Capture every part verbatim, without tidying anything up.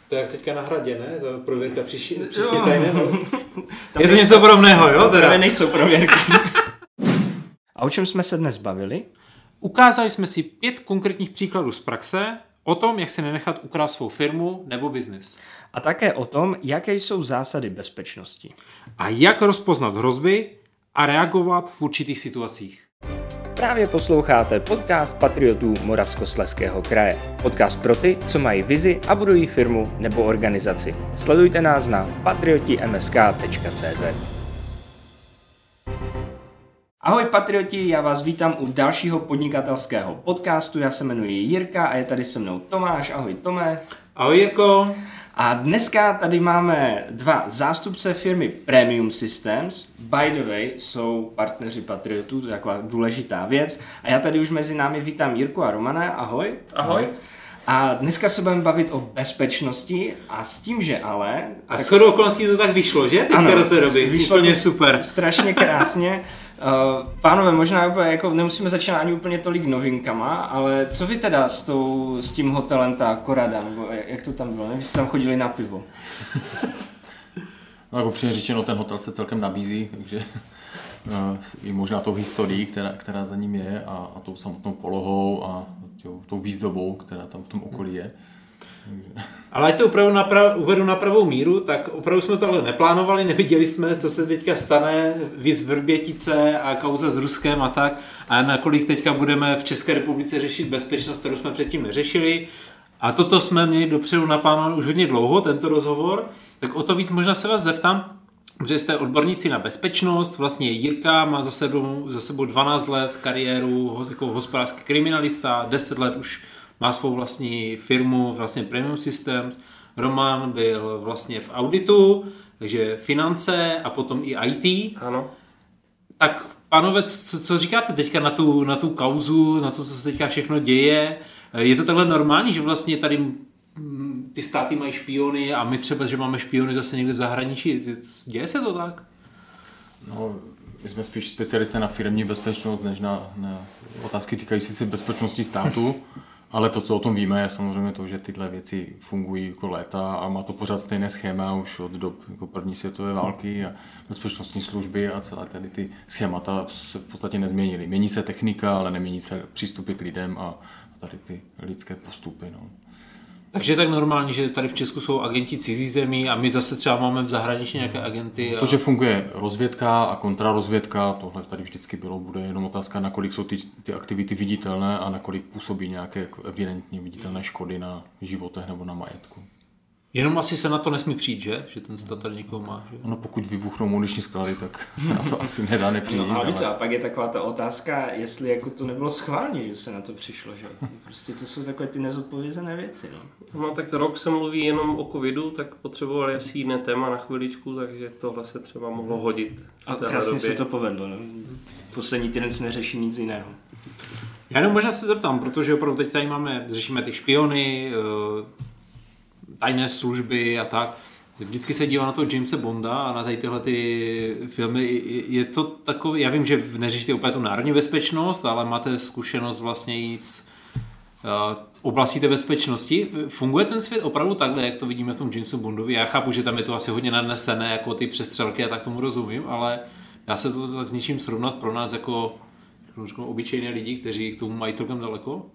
To je jak teďka na Hradě, ne? To je prověrka příště tajné. Je to něco podobného, jo? Teda nejsou prověrky. A o čem jsme se dnes bavili? Ukázali jsme si pět konkrétních příkladů z praxe o tom, jak se nenechat ukrást svou firmu nebo biznis. A také o tom, jaké jsou zásady bezpečnosti. A jak rozpoznat hrozby a reagovat v určitých situacích. Právě posloucháte podcast Patriotů Moravskoslezského kraje. Podcast pro ty, co mají vizi a budují firmu nebo organizaci. Sledujte nás na patrioti m s k tečka c z. Ahoj patrioti, já vás vítám u dalšího podnikatelského podcastu. Já se jmenuji Jirka a je tady se mnou Tomáš. Ahoj Tome. Ahoj Jirko. A dneska tady máme dva zástupce firmy Premium Systems. By the way, jsou partneři Patriotů, to je taková důležitá věc. A já tady už mezi námi vítám Jirku a Romana. Ahoj. Ahoj. A dneska se budeme bavit o bezpečnosti a s tím, že ale... A tak... shodou okolností to tak vyšlo, že? Teďka ano, do té doby. Vyšlo úplně super. Strašně krásně. Uh, pánové, možná jako nemusíme začínat ani úplně tolik novinkama, ale co vy teda s, tou, s tím hotelem ta Korada, nebo jak to tam bylo? Ne? Vy jste tam chodili na pivo. No, jako přímě řečeno, ten hotel se celkem nabízí, takže uh, i možná tou historií, která, která za ním je a, a tou samotnou polohou a tou, tou výzdobou, která tam v tom okolí je. Ale ať to opravdu naprav, uvedu na pravou míru, tak opravdu jsme to ale neplánovali, neviděli jsme, co se teďka stane, viz Vrbětice a kauza s Ruskem a tak, a nakolik teďka budeme v České republice řešit bezpečnost, kterou jsme předtím neřešili. A toto jsme měli dopředu naplánovat už hodně dlouho, tento rozhovor, tak o to víc možná se vás zeptám, protože jste odborníci na bezpečnost, vlastně Jirka má za sebou, za sebou dvanáct let kariéru jako hospodářský kriminalista, deset let už má svou vlastní firmu, vlastně Premium Systems. Roman byl vlastně v auditu, takže finance a potom i í té. Ano. Tak pánové, co, co říkáte teďka na tu, na tu kauzu, na to, co se teďka všechno děje? Je to takhle normální, že vlastně tady ty státy mají špiony a my třeba, že máme špiony zase někde v zahraničí? Děje se to tak? No, my jsme spíš specialisté na firemní bezpečnost, než na, na otázky týkající se bezpečnosti státu. Ale to, co o tom víme, je samozřejmě to, že tyhle věci fungují jako léta a má to pořád stejné schéma už od dob jako první světové války a bezpečnostní služby a celé tady ty schémata se v podstatě nezměnily. Mění se technika, ale nemění se přístupy k lidem a tady ty lidské postupy. No. Takže je tak normální, že tady v Česku jsou agenti cizí zemí a my zase třeba máme v zahraničí nějaké agenty. A... To, že funguje rozvědka a kontrarozvědka, tohle tady vždycky bylo, bude jenom otázka, nakolik jsou ty, ty aktivity viditelné a nakolik působí nějaké jako evidentně viditelné škody na životech nebo na majetku. Jenom asi se na to nesmí přijít, že? Že ten stát tady někoho má, že? No pokud vybuchnou muniční sklady, tak se na to asi nedá nepřijít. No, ale víc, a pak je taková ta otázka, jestli jako to nebylo schválně, že se na to přišlo, že? Prostě to jsou takové ty nezodpovězené věci, no. No tak rok se mluví jenom o covidu, tak potřebovali asi jiné téma na chviličku, takže tohle se třeba mohlo hodit v a krásně době. Se to povedlo, no. Poslední týden se neřeší nic jiného. Já jenom možná se zeptám, protože opravdu teď tady máme, řešíme ty špiony, tajné služby a tak. Vždycky se dívám na toho Jamese Bonda a na tady tyhle ty filmy. Je to takové, já vím, že neřešíte úplně tu národní bezpečnost, ale máte zkušenost vlastně i s uh, oblastí té bezpečnosti. Funguje ten svět opravdu takhle, jak to vidíme v tom Jamesu Bondovi? Já chápu, že tam je to asi hodně nadnesené, jako ty přestřelky a tak tomu rozumím, ale dá se to tak s něčím srovnat pro nás jako řeknu, obyčejné lidi, kteří k tomu mají celkem daleko?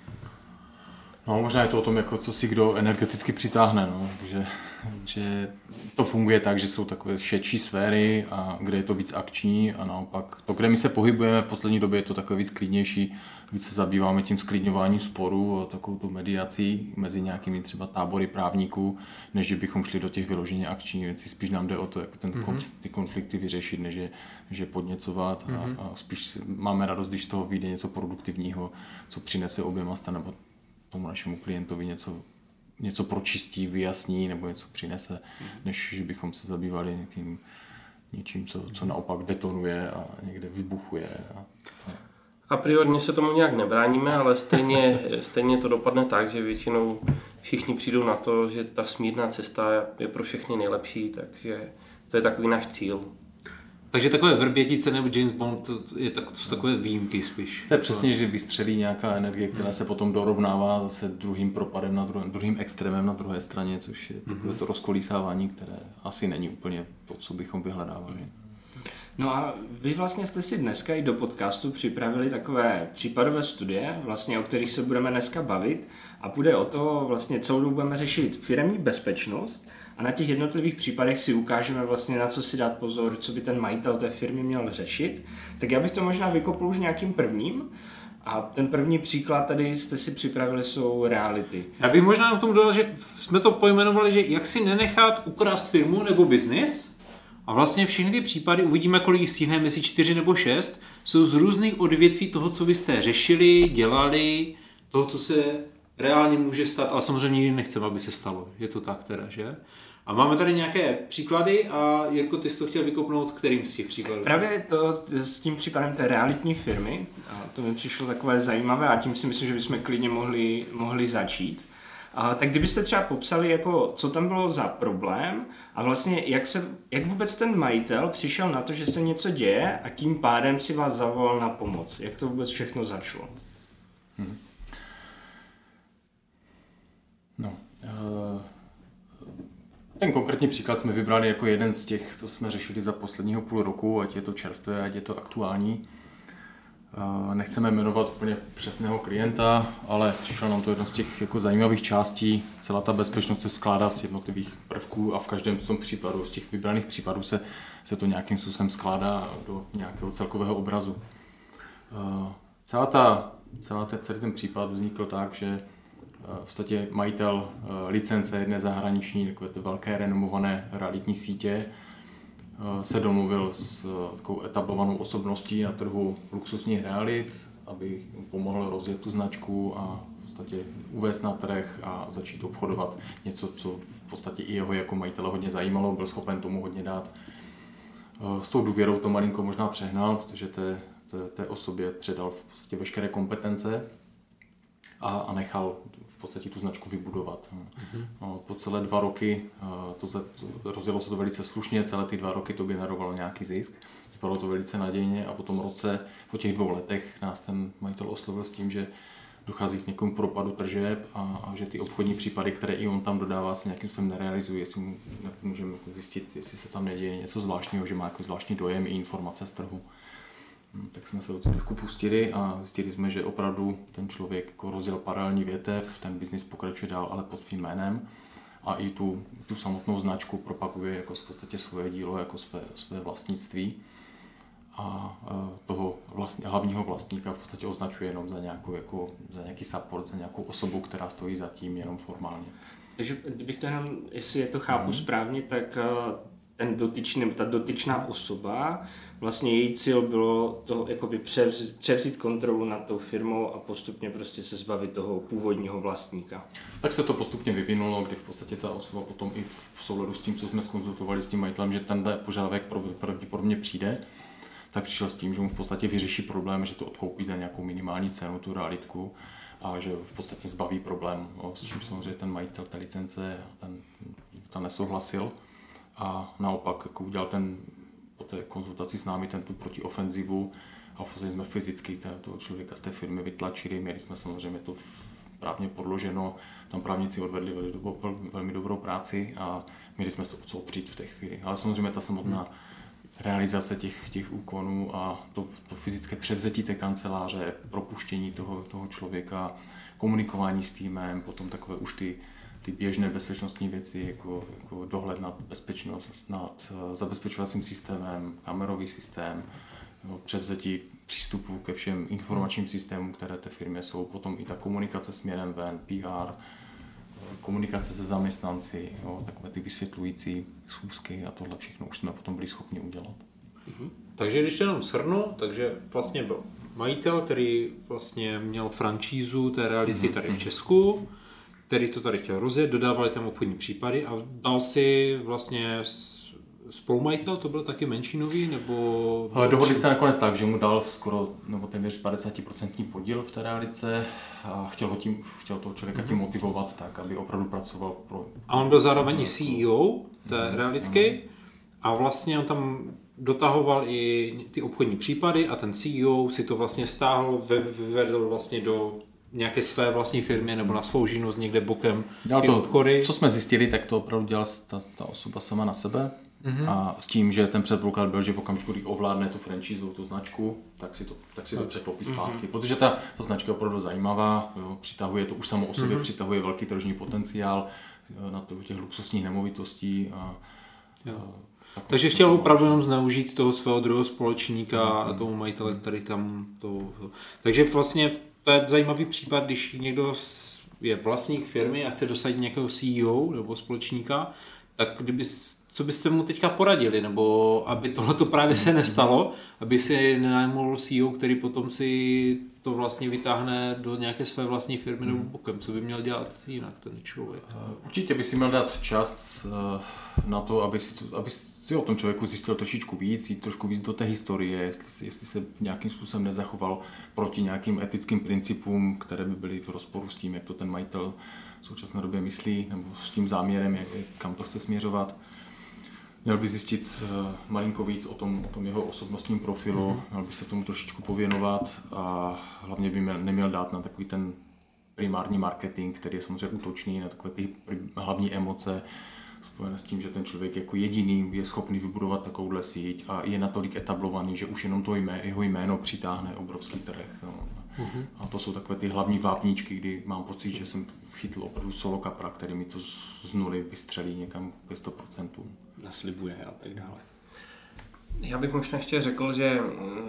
No, možná je to o tom, jako, co si kdo energeticky přitáhne, no. že, že to funguje tak, že jsou takové šedší sféry, a kde je to víc akční a naopak to, kde my se pohybujeme v poslední době, je to takové víc klidnější, víc se zabýváme tím sklidňováním sporů, takovou tu mediací mezi nějakými třeba tábory právníků, než že bychom šli do těch vyloženě akčních věcí, spíš nám jde o to, jak ten mm-hmm. konflikt, ty konflikty vyřešit, než je, než je podněcovat mm-hmm. a, a spíš máme radost, když z toho vyjde něco produktivního, co přinese oběma stranám, tomu našemu klientovi něco, něco pročistí, vyjasní nebo něco přinese, než že bychom se zabývali nějakým něčím, co, co naopak detonuje a někde vybuchuje. A, a... a priorně se tomu nějak nebráníme, ale stejně, stejně to dopadne tak, že většinou všichni přijdou na to, že ta smírná cesta je pro všechny nejlepší, takže to je takový náš cíl. Takže takové Vrbětice nebo James Bond, to, je tak, to jsou takové výjimky spíš. To je přesně, že vystřelí nějaká energie, která se potom dorovnává zase druhým propadem, na druhém, druhým extrémem na druhé straně, což je takové to rozkolísávání, které asi není úplně to, co bychom vyhledávali. No a vy vlastně jste si dneska i do podcastu připravili takové případové studie, vlastně o kterých se budeme dneska bavit a půjde o to, vlastně celou dobu budeme řešit firemní bezpečnost a na těch jednotlivých případech si ukážeme vlastně na co si dát pozor, co by ten majitel té firmy měl řešit. Tak já bych to možná vykopl už nějakým prvním. A ten první příklad tady jste si připravili jsou reality. Já bych možná k tomu dodal, že jsme to pojmenovali, že jak si nenechat ukrást firmu nebo biznis. A vlastně všechny ty případy, uvidíme, kolik jich stihneme, jestli čtyři nebo šest, jsou z různých odvětví toho, co vy jste řešili, dělali, toho, co se reálně může stát, ale samozřejmě nikdy nechceme, aby se stalo. Je to tak teda, že? A máme tady nějaké příklady a Jirko, ty jsi to chtěl vykopnout, kterým z těch příkladů? Právě to s tím případem té realitní firmy, a to mi přišlo takové zajímavé a tím si myslím, že bychom klidně mohli, mohli začít. A tak kdybyste třeba popsali, jako, co tam bylo za problém a vlastně jak, se, jak vůbec ten majitel přišel na to, že se něco děje a tím pádem si vás zavolal na pomoc. Jak to vůbec všechno začalo? Hmm. No, uh, ten konkrétní příklad jsme vybrali jako jeden z těch, co jsme řešili za posledního půl roku, ať je to čerstvé, ať je to aktuální. Nechceme jmenovat úplně přesného klienta, ale přišlo nám to jedno z těch jako zajímavých částí. Celá ta bezpečnost se skládá z jednotlivých prvků a v každém z tom případu, z těch vybraných případů se, se to nějakým způsobem skládá do nějakého celkového obrazu. Celá ta, celá ta, celý ten případ vznikl tak, že v podstatě majitel licence jedné zahraniční, takové to velké renomované realitní sítě, se domluvil s takovou etablovanou osobností na trhu luxusních realit, aby pomohl rozjet tu značku a v podstatě uvést na trh a začít obchodovat něco, co v podstatě i jeho jako majitele hodně zajímalo, byl schopen tomu hodně dát. S tou důvěrou to malinko možná přehnal, protože té, té, té osobě předal v podstatě veškeré kompetence a, a nechal v podstatě tu značku vybudovat. Mm-hmm. Po celé dva roky, to, to rozjelo se to velice slušně, celé ty dva roky to generovalo nějaký zisk, vypadalo to velice nadějně a po tom roce, po těch dvou letech nás ten majitel oslovil s tím, že dochází k někomu propadu tržeb a, a že ty obchodní případy, které i on tam dodává, se nějakým způsobem nerealizují, jestli mu, můžeme zjistit, jestli se tam neděje něco zvláštního, že má jako zvláštní dojem i informace z trhu. Tak jsme se do toho trošku pustili a zjistili jsme, že opravdu ten člověk jako rozjel paralelní větev, ten biznis pokračuje dál, ale pod svým jménem a i tu, tu samotnou značku propaguje jako v podstatě svoje dílo, jako své, své vlastnictví a toho vlastní, hlavního vlastníka v podstatě označuje jenom za, nějakou, jako, za nějaký support, za nějakou osobu, která stojí za tím jenom formálně. Takže kdybych to jenom, jestli je to chápu hmm. správně, tak ten dotyčný, ta dotyčná osoba, vlastně její cíl bylo to jakoby převzít, převzít kontrolu nad tou firmou a postupně prostě se zbavit toho původního vlastníka. Tak se to postupně vyvinulo, kdy v podstatě ta osoba potom i v souladu s tím, co jsme skonzultovali s tím majitelem, že tenhle požadavek pravděpodobně přijde, tak přišel s tím, že mu v podstatě vyřeší problém, že to odkoupí za nějakou minimální cenu, tu realitku, a že v podstatě zbaví problém, s čím samozřejmě ten majitel té licence ten, ten nesouhlasil. A naopak jako udělal ten, po té konzultaci s námi ten tu protiofenzivu a v podstatě jsme fyzicky toho člověka z té firmy vytlačili. Měli jsme samozřejmě to právně podloženo, tam právníci odvedli velmi dobrou, velmi dobrou práci a měli jsme se o co opřít v té chvíli. Ale samozřejmě ta samotná realizace těch, těch úkonů a to, to fyzické převzetí té kanceláře, propuštění toho, toho člověka, komunikování s týmem, potom takové už ty ty běžné bezpečnostní věci, jako, jako dohled nad bezpečnost, nad zabezpečovacím systémem, kamerový systém, no, převzetí přístupu ke všem informačním systémům, které té firmě jsou, potom i ta komunikace směrem ven, P R, komunikace se zaměstnanci, jo, takové ty vysvětlující schůzky a tohle všechno už jsme potom byli schopni udělat. Mhm. Takže když jenom shrnu, takže vlastně byl majitel, který vlastně měl franšízu té realitky tady v Česku, který to tady chtěl rozjet, dodávali tam obchodní případy a dal si vlastně spolumajitel, to byl taky menšinový, nebo... Ale dohodli se nakonec tak, že mu dal skoro, nebo téměř padesát procent podíl v té realice a chtěl, ho tím, chtěl toho člověka tím motivovat tak, aby opravdu pracoval pro... A on byl zároveň i C E O té realitky a vlastně on tam dotahoval i ty obchodní případy a ten C E O si to vlastně stáhl, vyvedl vlastně do nějaké své vlastní firmy nebo na svou živnost někde bokem dělal ty to, obchody. Co jsme zjistili, tak to opravdu dělala ta, ta osoba sama na sebe. Mm-hmm. A s tím, že ten předpoklad byl, že v okamžiku, kdy ovládne tu franchise, tu značku, tak si to, tak si to překlopí zpátky. Mm-hmm. Protože ta, ta značka je opravdu zajímavá, jo, přitahuje to už samo o sobě, mm-hmm. přitahuje velký tržní potenciál na to, těch luxusních nemovitostí. A, a, Takže chtěl opravdu jenom zneužít toho svého druhého společníka mm-hmm. a toho majitele, který tam to, to. Takže vlastně to je zajímavý případ, když někdo je vlastník firmy a chce dosadit nějakého C E O nebo společníka, tak kdyby, co byste mu teďka poradili, nebo aby tohleto právě se nestalo, aby si nenajmul C E O, který potom si to vlastně vytáhne do nějaké své vlastní firmy nebo bokem, co by měl dělat jinak ten člověk? Určitě by si měl dát čas na to, aby si, to, aby si o tom člověku zjistil trošičku víc, jít trošku víc do té historie, jestli, jestli se nějakým způsobem nezachoval proti nějakým etickým principům, které by byly v rozporu s tím, jak to ten majitel v současné době myslí, nebo s tím záměrem, jak, kam to chce směřovat. Měl by zjistit malinko víc o tom, o tom jeho osobnostním profilu, mm-hmm. měl by se tomu trošičku pověnovat a hlavně by měl, neměl dát na takový ten primární marketing, který je samozřejmě útočný na takové ty hlavní emoce, spojené s tím, že ten člověk jako jediný je schopný vybudovat takovouhle síť a je natolik etablovaný, že už jenom to jmé, jeho jméno přitáhne obrovský trh. No. Mm-hmm. A to jsou takové ty hlavní vápníčky, kdy mám pocit, že jsem chytl opravdu solo kapra, který mi to z nuly vystřelí někam ke sto procent. Naslibuje a tak dále. Já bych možná ještě řekl, že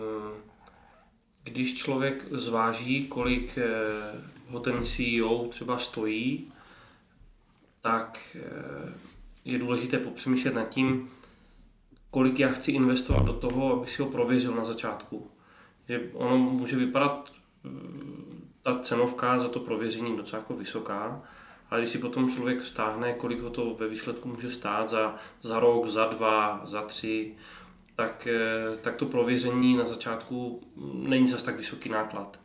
když člověk zváží, kolik ho ten C E O třeba stojí, tak je důležité popřemýšlet nad tím, kolik já chci investovat do toho, aby si ho prověřil na začátku. Že ono může vypadat ta cenovka za to prověření docela jako vysoká, ale když si potom člověk vztáhne, kolik ho to ve výsledku může stát za, za rok, za dva, za tři, tak, tak to prověření na začátku není zas tak vysoký náklad.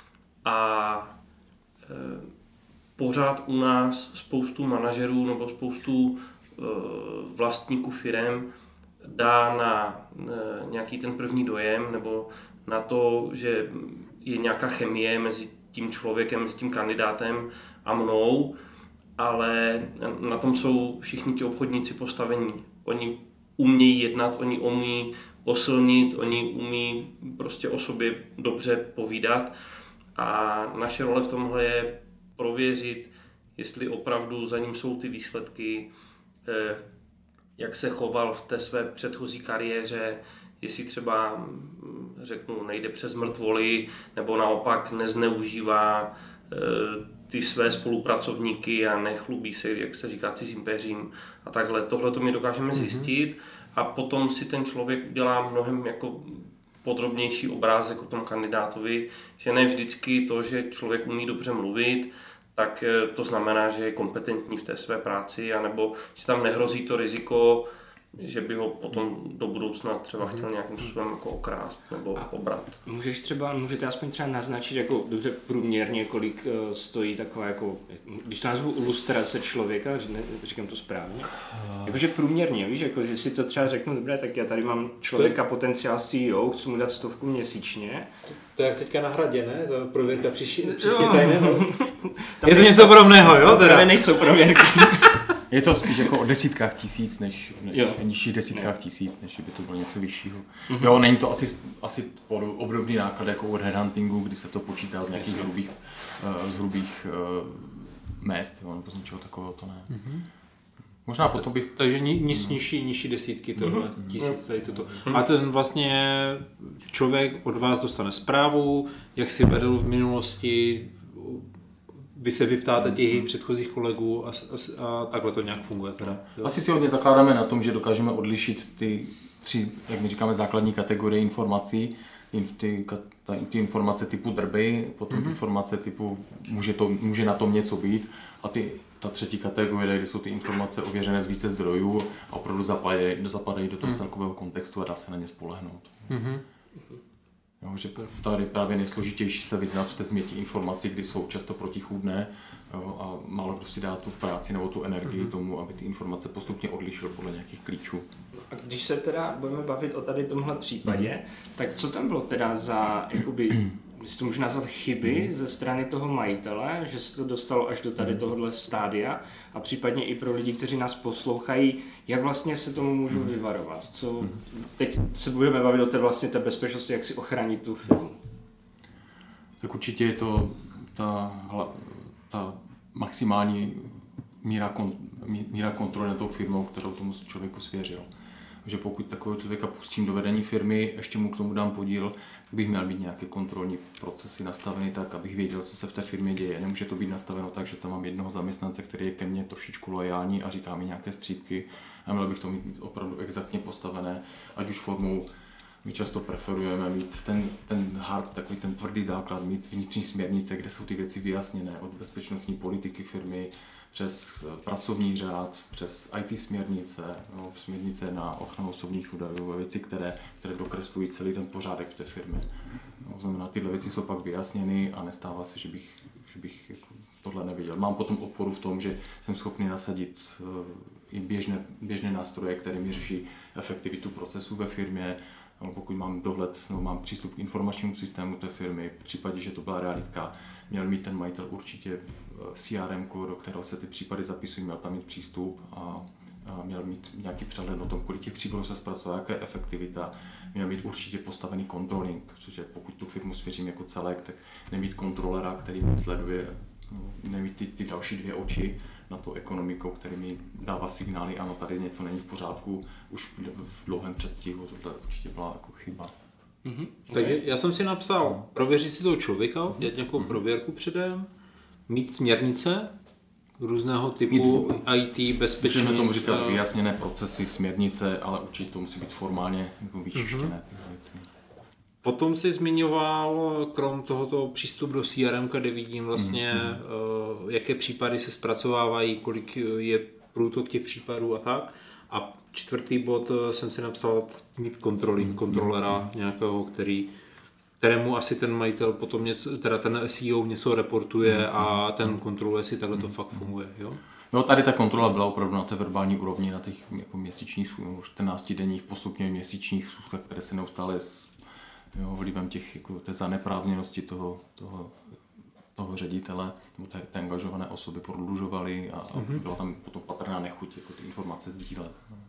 A e, pořád u nás spoustu manažerů nebo spoustu e, vlastníků firem dá na e, nějaký ten první dojem nebo na to, že je nějaká chemie mezi tím člověkem, mezi tím kandidátem a mnou, ale na tom jsou všichni ti obchodníci postavení. Oni umějí jednat, oni umí osilnit, oni umí prostě o sobě dobře povídat a naše role v tomhle je prověřit, jestli opravdu za ním jsou ty výsledky, jak se choval v té své předchozí kariéře, jestli třeba, řeknu, nejde přes mrtvoly, nebo naopak nezneužívá ty své spolupracovníky a nechlubí se, jak se říká, cizím peřím a takhle. Tohle to my dokážeme zjistit a potom si ten člověk udělá mnohem jako podrobnější obrázek o tom kandidátovi, že ne vždycky to, že člověk umí dobře mluvit, tak to znamená, že je kompetentní v té své práci, anebo že tam nehrozí to riziko, že by ho potom do budoucna třeba chtěl nějakým způsobem jako okrást nebo obrat. Můžeš třeba, můžete aspoň třeba naznačit jako dobře průměrně, kolik uh, stojí taková jako, když to nazvu ilustrace člověka, ne, říkám to správně, uh. jakože průměrně, víš, jako, že si to třeba řeknu, dobré, tak já tady mám člověka, potenciál C E O, chci mu dát stovku měsíčně. To je jak teďka na Hradě, ne? To prověrka příště tajné. Je to něco podobného, jo? Teda nejsou prověrky. Je to spíš jako o desítkách tisíc, než, než nižších desítkách ne. tisíc, než by to bylo něco vyššího. Mm-hmm. Jo, není to asi, asi obdobný náklad jako od headhuntingu, kdy se to počítá z nějakých hrubých, uh, z hrubých uh, mest, jo, nebo z ničeho takového to ne. Mm-hmm. Možná potom bych... Takže nic nižší, nižší desítky, tohle, mm-hmm. tisíc, tady toto. Mm-hmm. A ten vlastně člověk od vás dostane zprávu, jak si vedl v minulosti, vy se vyptáte těch mm-hmm. předchozích kolegů a, a, a takhle to nějak funguje teda. Jo? Asi si hodně zakládáme na tom, že dokážeme odlišit ty tři, jak my říkáme, základní kategorie informací. Ty, ty informace typu drby, potom mm-hmm. informace typu může, to, může na tom něco být a ty, ta třetí kategorie, kde jsou ty informace ověřené z více zdrojů a opravdu zapadají, zapadají do toho mm. celkového kontextu a dá se na ně spolehnout. Mm-hmm. Jo, že tady právě nejsložitější se vyznat v té změti informací, kdy jsou často protichůdné, jo, a málo kdo si dá tu práci nebo tu energii mm-hmm. tomu, aby ty informace postupně odlišil podle nějakých klíčů. A když se teda budeme bavit o tady tomhle případě, mm-hmm. tak co tam bylo teda za, jakoby, jestli to můžu nazvat chyby mm-hmm. ze strany toho majitele, že se to dostalo až do tady tohohle stádia a případně i pro lidi, kteří nás poslouchají, jak vlastně se tomu můžu mm-hmm. vyvarovat? Co, mm-hmm. teď se budeme bavit o té vlastně té bezpečnosti, jak si ochránit tu firmu. Tak určitě je to ta, ta maximální míra, kon, míra kontroly nad tou firmou, kterou tomu člověku svěřil. Takže pokud takového člověka pustím do vedení firmy, ještě mu k tomu dám podíl, tak bych měl být nějaké kontrolní procesy nastaveny tak, abych věděl, co se v té firmě děje. Nemůže to být nastaveno tak, že tam mám jednoho zaměstnance, který je ke mně trošičku loajální a říká mi nějaké střípky, a měl bych to mít opravdu exaktně postavené, ať už formou. My často preferujeme mít ten, ten hard, takový ten tvrdý základ, mít vnitřní směrnice, kde jsou ty věci vyjasněné od bezpečnostní politiky firmy, přes pracovní řád, přes í té směrnice, no, směrnice na ochranu osobních údajů, věci, které, které dokreslují celý ten pořádek v té firmě. No, znamená, tyhle věci jsou pak vyjasněny a nestává se, že bych, že bych jako tohle neviděl. Mám potom oporu v tom, že jsem schopný nasadit uh, i běžné, běžné nástroje, které mi řeší efektivitu procesů ve firmě. No, pokud mám dohled, no, mám přístup k informačnímu systému té firmy, v případě, že to byla realitka, měl mít ten majitel určitě C R M, do kterého se ty případy zapisují, měl tam mít přístup a, a měl mít nějaký přehled o tom, kolik těch případů se zpracovalo, jaká je efektivita, měl mít určitě postavený controlling, protože pokud tu firmu svěřím jako celek, tak nemít kontrolera, který mě sleduje, nemít ty, ty další dvě oči na tu ekonomiku, který mi dává signály, ano, tady něco není v pořádku, už v dlouhém předstihu, to určitě byla jako chyba. Mm-hmm. Takže já jsem si napsal, prověřit si toho člověka, dělat nějakou mm-hmm. prověrku předem, mít směrnice různého typu mít, I T, bezpečnost. Můžeme tomu říkat vyjasněné procesy, směrnice, ale určitě to musí být formálně jako vyčištěné mm-hmm. věci. Potom si zmiňoval, krom tohoto přístup do C R M, kde vidím vlastně, mm-hmm. uh, jaké případy se zpracovávají, kolik je průtok těch případů a tak. A čtvrtý bod jsem si napsal mít kontroly, kontrolera nějakého, který, kterému asi ten majitel potom něco, teda ten S E O něco reportuje a ten kontroluje, jestli takhle to fakt funguje, jo? No, tady ta kontrola byla opravdu na té verbální úrovni, na těch jako měsíčních, čtrnáctidenních, postupně měsíčních schůzkách, které se neustále s jo, vlivem těch, jako té zaneprávněnosti toho, toho, toho ředitele, nebo té, té angažované osoby prodlužovaly a, a mm-hmm. byla tam potom patrná nechuť jako ty informace sdílet.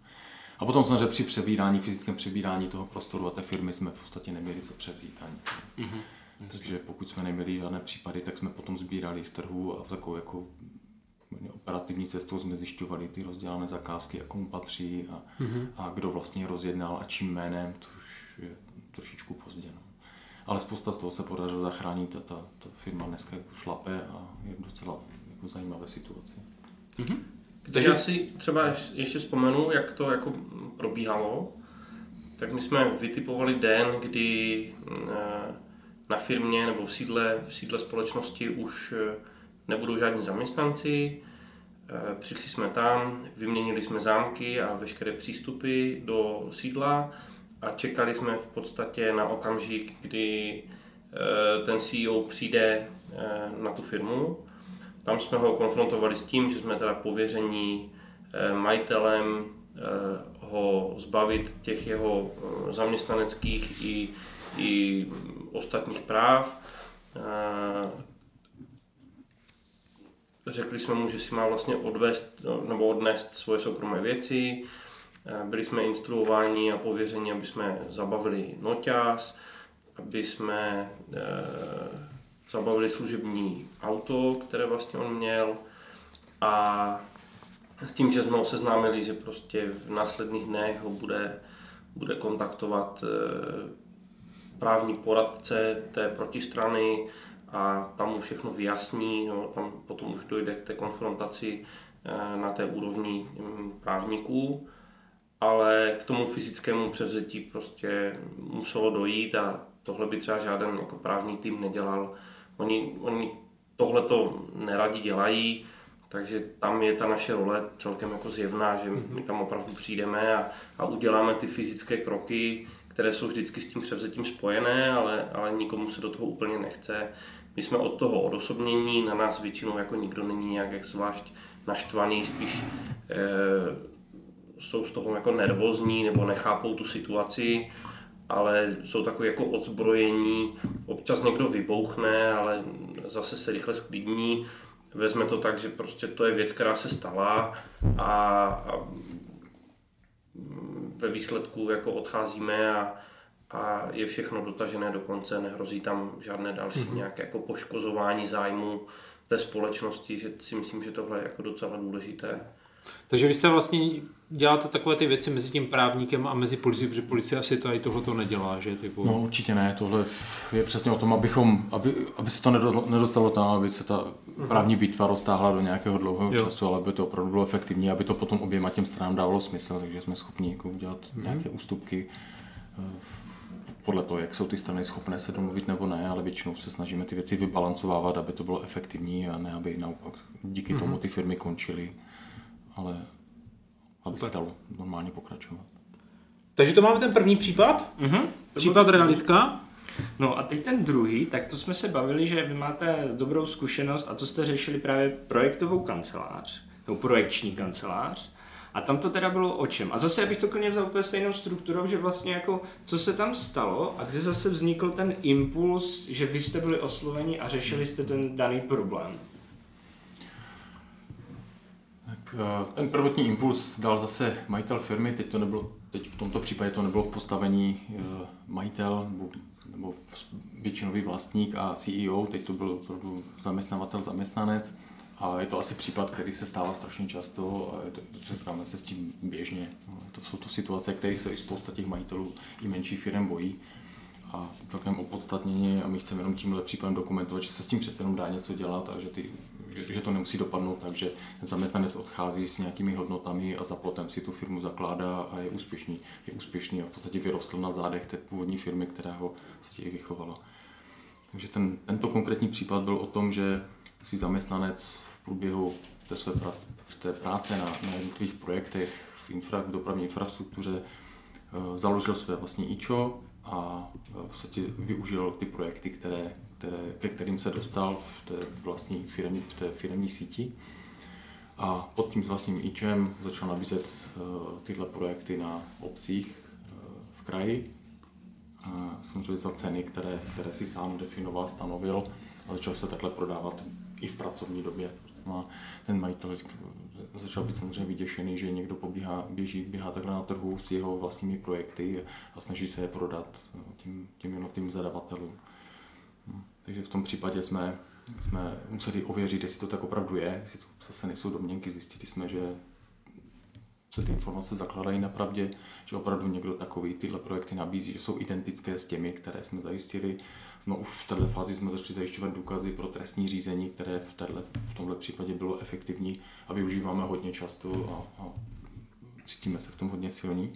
A potom samozřejmě při přebírání, fyzickém přebírání toho prostoru a té firmy jsme v podstatě neměli co převzít ani. Mm-hmm. Takže pokud jsme neměli žádné případy, tak jsme potom sbírali z trhu a v takovou jako operativní cestou jsme zjišťovali ty rozdělané zakázky, a komu patří a, mm-hmm. a kdo vlastně rozjednal a čím jménem, to už je trošičku pozdě. No. Ale spousta z toho se podařilo zachránit a ta, ta firma dneska šlape a je v docela jako zajímavé situaci. Mm-hmm. Když já si třeba ještě vzpomenu, jak to jako probíhalo, tak my jsme vytipovali den, kdy na firmě nebo v sídle, v sídle společnosti už nebudou žádní zaměstnanci. Přišli jsme tam, vyměnili jsme zámky a veškeré přístupy do sídla a čekali jsme v podstatě na okamžik, kdy ten C E O přijde na tu firmu. Tam jsme ho konfrontovali s tím, že jsme teda pověření majitelem ho zbavit těch jeho zaměstnaneckých i, i ostatních práv. Řekli jsme mu, že si má vlastně odvést nebo odnést svoje soukromé věci. Byli jsme instruováni a pověřeni, aby jsme zabavili noťaz, aby jsme zabavili služební auto, které vlastně on měl, a s tím, že jsme ho seznámili, že prostě v následných dnech ho bude, bude kontaktovat právní poradce té protistrany a tam mu všechno vyjasní, no, tam potom už dojde k té konfrontaci na té úrovni právníků, ale k tomu fyzickému převzetí prostě muselo dojít a tohle by třeba žádný jako právní tým nedělal. Oni, oni tohleto neradi dělají, takže tam je ta naše role celkem jako zjevná, že my tam opravdu přijdeme a, a uděláme ty fyzické kroky, které jsou vždycky s tím převzetím spojené, ale, ale nikomu se do toho úplně nechce. My jsme od toho odosobnění, na nás většinou jako nikdo není nějak jak zvlášť naštvaný, spíš e, jsou z toho jako nervózní nebo nechápou tu situaci, ale jsou takový jako odzbrojení, občas někdo vybouchne, ale zase se rychle sklidní. Vezme to tak, že prostě to je věc, která se stala a, a ve výsledku jako odcházíme a, a je všechno dotažené do konce, nehrozí tam žádné další mm-hmm. nějaké jako poškozování zájmu té společnosti, že si myslím, že tohle je jako docela důležité. Takže vy jste vlastně děláte takové ty věci mezi tím právníkem a mezi policií, protože policie asi to i tohleto nedělá, že? Typu... No určitě ne, tohle je přesně o tom, abychom, aby, aby se to nedostalo tam, aby se ta právní bitva roztáhla do nějakého dlouhého jo. času, ale aby to opravdu bylo efektivní, aby to potom oběma těm stranám dávalo smysl, takže jsme schopni jako udělat mm. nějaké ústupky podle toho, jak jsou ty strany schopné se domluvit nebo ne, ale většinou se snažíme ty věci vybalancovávat, aby to bylo efektivní a ne, aby naopak díky mm. tomu ty firmy končily, ale aby se dalo normálně pokračovat. Takže to máme ten první případ, mm-hmm. případ realitka. No a teď ten druhý, tak to jsme se bavili, že vy máte dobrou zkušenost a to jste řešili právě projektovou kancelář, nebo projekční kancelář. A tam to teda bylo o čem? A zase já bych to klidně vzal úplně stejnou strukturou, že vlastně jako co se tam stalo a kde zase vznikl ten impuls, že vy jste byli osloveni a řešili jste ten daný problém. Tak ten prvotní impuls dal zase majitel firmy, teď to nebylo, teď v tomto případě to nebylo v postavení majitel nebo, nebo většinový vlastník a C E O, teď to byl opravdu zaměstnavatel, zaměstnanec. A je to asi případ, který se stává strašně často a setkáme se s tím běžně. To jsou to situace, které se i spousta těch majitelů i menších firm bojí. A celkem opodstatněně a my chceme jenom tímhle případem dokumentovat, že se s tím přece jenom dá něco dělat a že, ty, že to nemusí dopadnout tak, že ten zaměstnanec odchází s nějakými hodnotami a za plotem si tu firmu zakládá a je úspěšný, je úspěšný a v podstatě vyrostl na zádech té původní firmy, která ho v podstatě i vychovala. Takže ten, tento konkrétní případ byl o tom, že si zaměstnanec v průběhu té své práce, v té práce na, na jednotlivých projektech v, infra, v dopravní infrastruktuře e, založil své vlastní ičo a v podstatě využil ty projekty, které, které, ke kterým se dostal v té vlastní firmě, v té firmní síti. A pod tím vlastním ičem začal nabízet e, tyhle projekty na obcích e, v kraji. A samozřejmě za ceny, které, které si sám definoval, stanovil a začal se takhle prodávat i v pracovní době. A ten majitel začal být samozřejmě vyděšený, že někdo pobíhá, běží, běhá takhle na trhu s jeho vlastními projekty a snaží se je prodat tím, tím jednotlivým zadavatelům. Takže v tom případě jsme, jsme museli ověřit, jestli to tak opravdu je, jestli to zase nejsou domněnky, zjistili jsme, že se ty informace zakládají na pravdě, že opravdu někdo takový tyhle projekty nabízí, že jsou identické s těmi, které jsme zajistili. Jsme už v této fázi jsme začali zajišťovat důkazy pro trestní řízení, které v, téhle, v tomhle případě bylo efektivní a využíváme hodně často a, a cítíme se v tom hodně silní.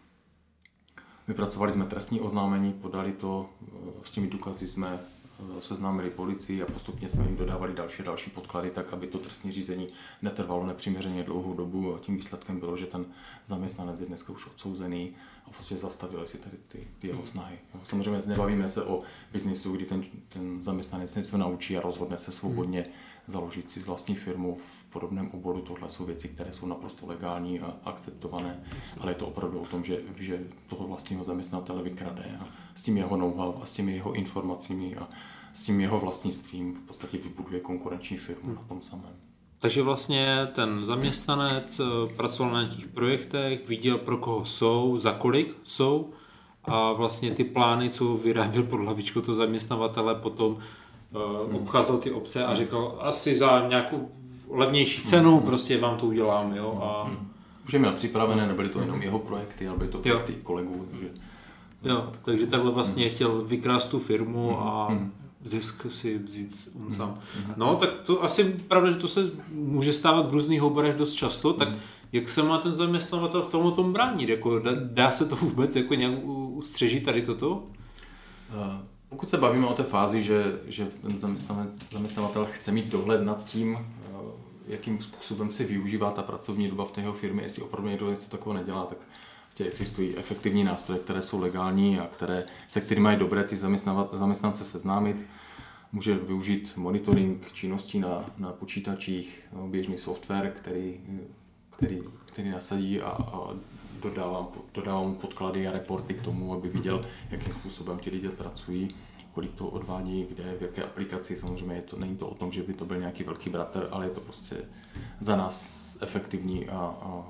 Vypracovali jsme trestní oznámení, podali to, s těmi důkazy jsme seznámili policii a postupně jsme jim dodávali další další podklady, tak aby to trestní řízení netrvalo nepřiměřeně dlouhou dobu a tím výsledkem bylo, že ten zaměstnanec je dneska už odsouzený a vlastně zastavili si tady ty, ty jeho snahy. Samozřejmě nebavíme se o biznisu, kdy ten, ten zaměstnanec něco naučí a rozhodne se svobodně založit si vlastní firmu v podobném oboru. Tohle jsou věci, které jsou naprosto legální a akceptované, ale je to opravdu o tom, že, že toho vlastního zaměstnatele vykrade a s tím jeho know-how a s těmi jeho informacemi a s tím jeho vlastnictvím v podstatě vybuduje konkurenční firmu na tom samém. Takže vlastně ten zaměstnanec pracoval na nějakých projektech, viděl, pro koho jsou, za kolik jsou a vlastně ty plány, co vyráběl pod hlavičkou toho zaměstnavatele, potom uh, obcházel ty obce a řekl asi za nějakou levnější cenu, prostě vám to udělám. Jo? A... Už je měl připravené, nebyly to jenom jeho projekty, ale byly to projekty jo. kolegů. Takže... Jo, takže takhle vlastně chtěl vykrást tu firmu a zisk si vzít on sám. No, tak to asi pravda, že to se může stávat v různých oborech dost často, tak jak se má ten zaměstnavatel v tomhle tom bránit? Jako, dá, dá se to vůbec jako nějak ustřežit tady toto? Pokud se bavíme o té fázi, že, že ten zaměstnavatel chce mít dohled nad tím, jakým způsobem se využívá ta pracovní doba v té jeho firmě, jestli opravdu někdo něco takového nedělá, tak existují efektivní nástroje, které jsou legální a které, se kterými mají dobré ty zaměstnance seznámit. Může využít monitoring činností na, na počítačích, no, běžný software, který, který, který nasadí a, a dodávám, dodávám podklady a reporty k tomu, aby viděl, jakým způsobem ti lidé pracují, kolik to odvádí, kde, v jaké aplikaci. Samozřejmě je to, není to o tom, že by to byl nějaký velký bratr, ale je to prostě za nás efektivní a, a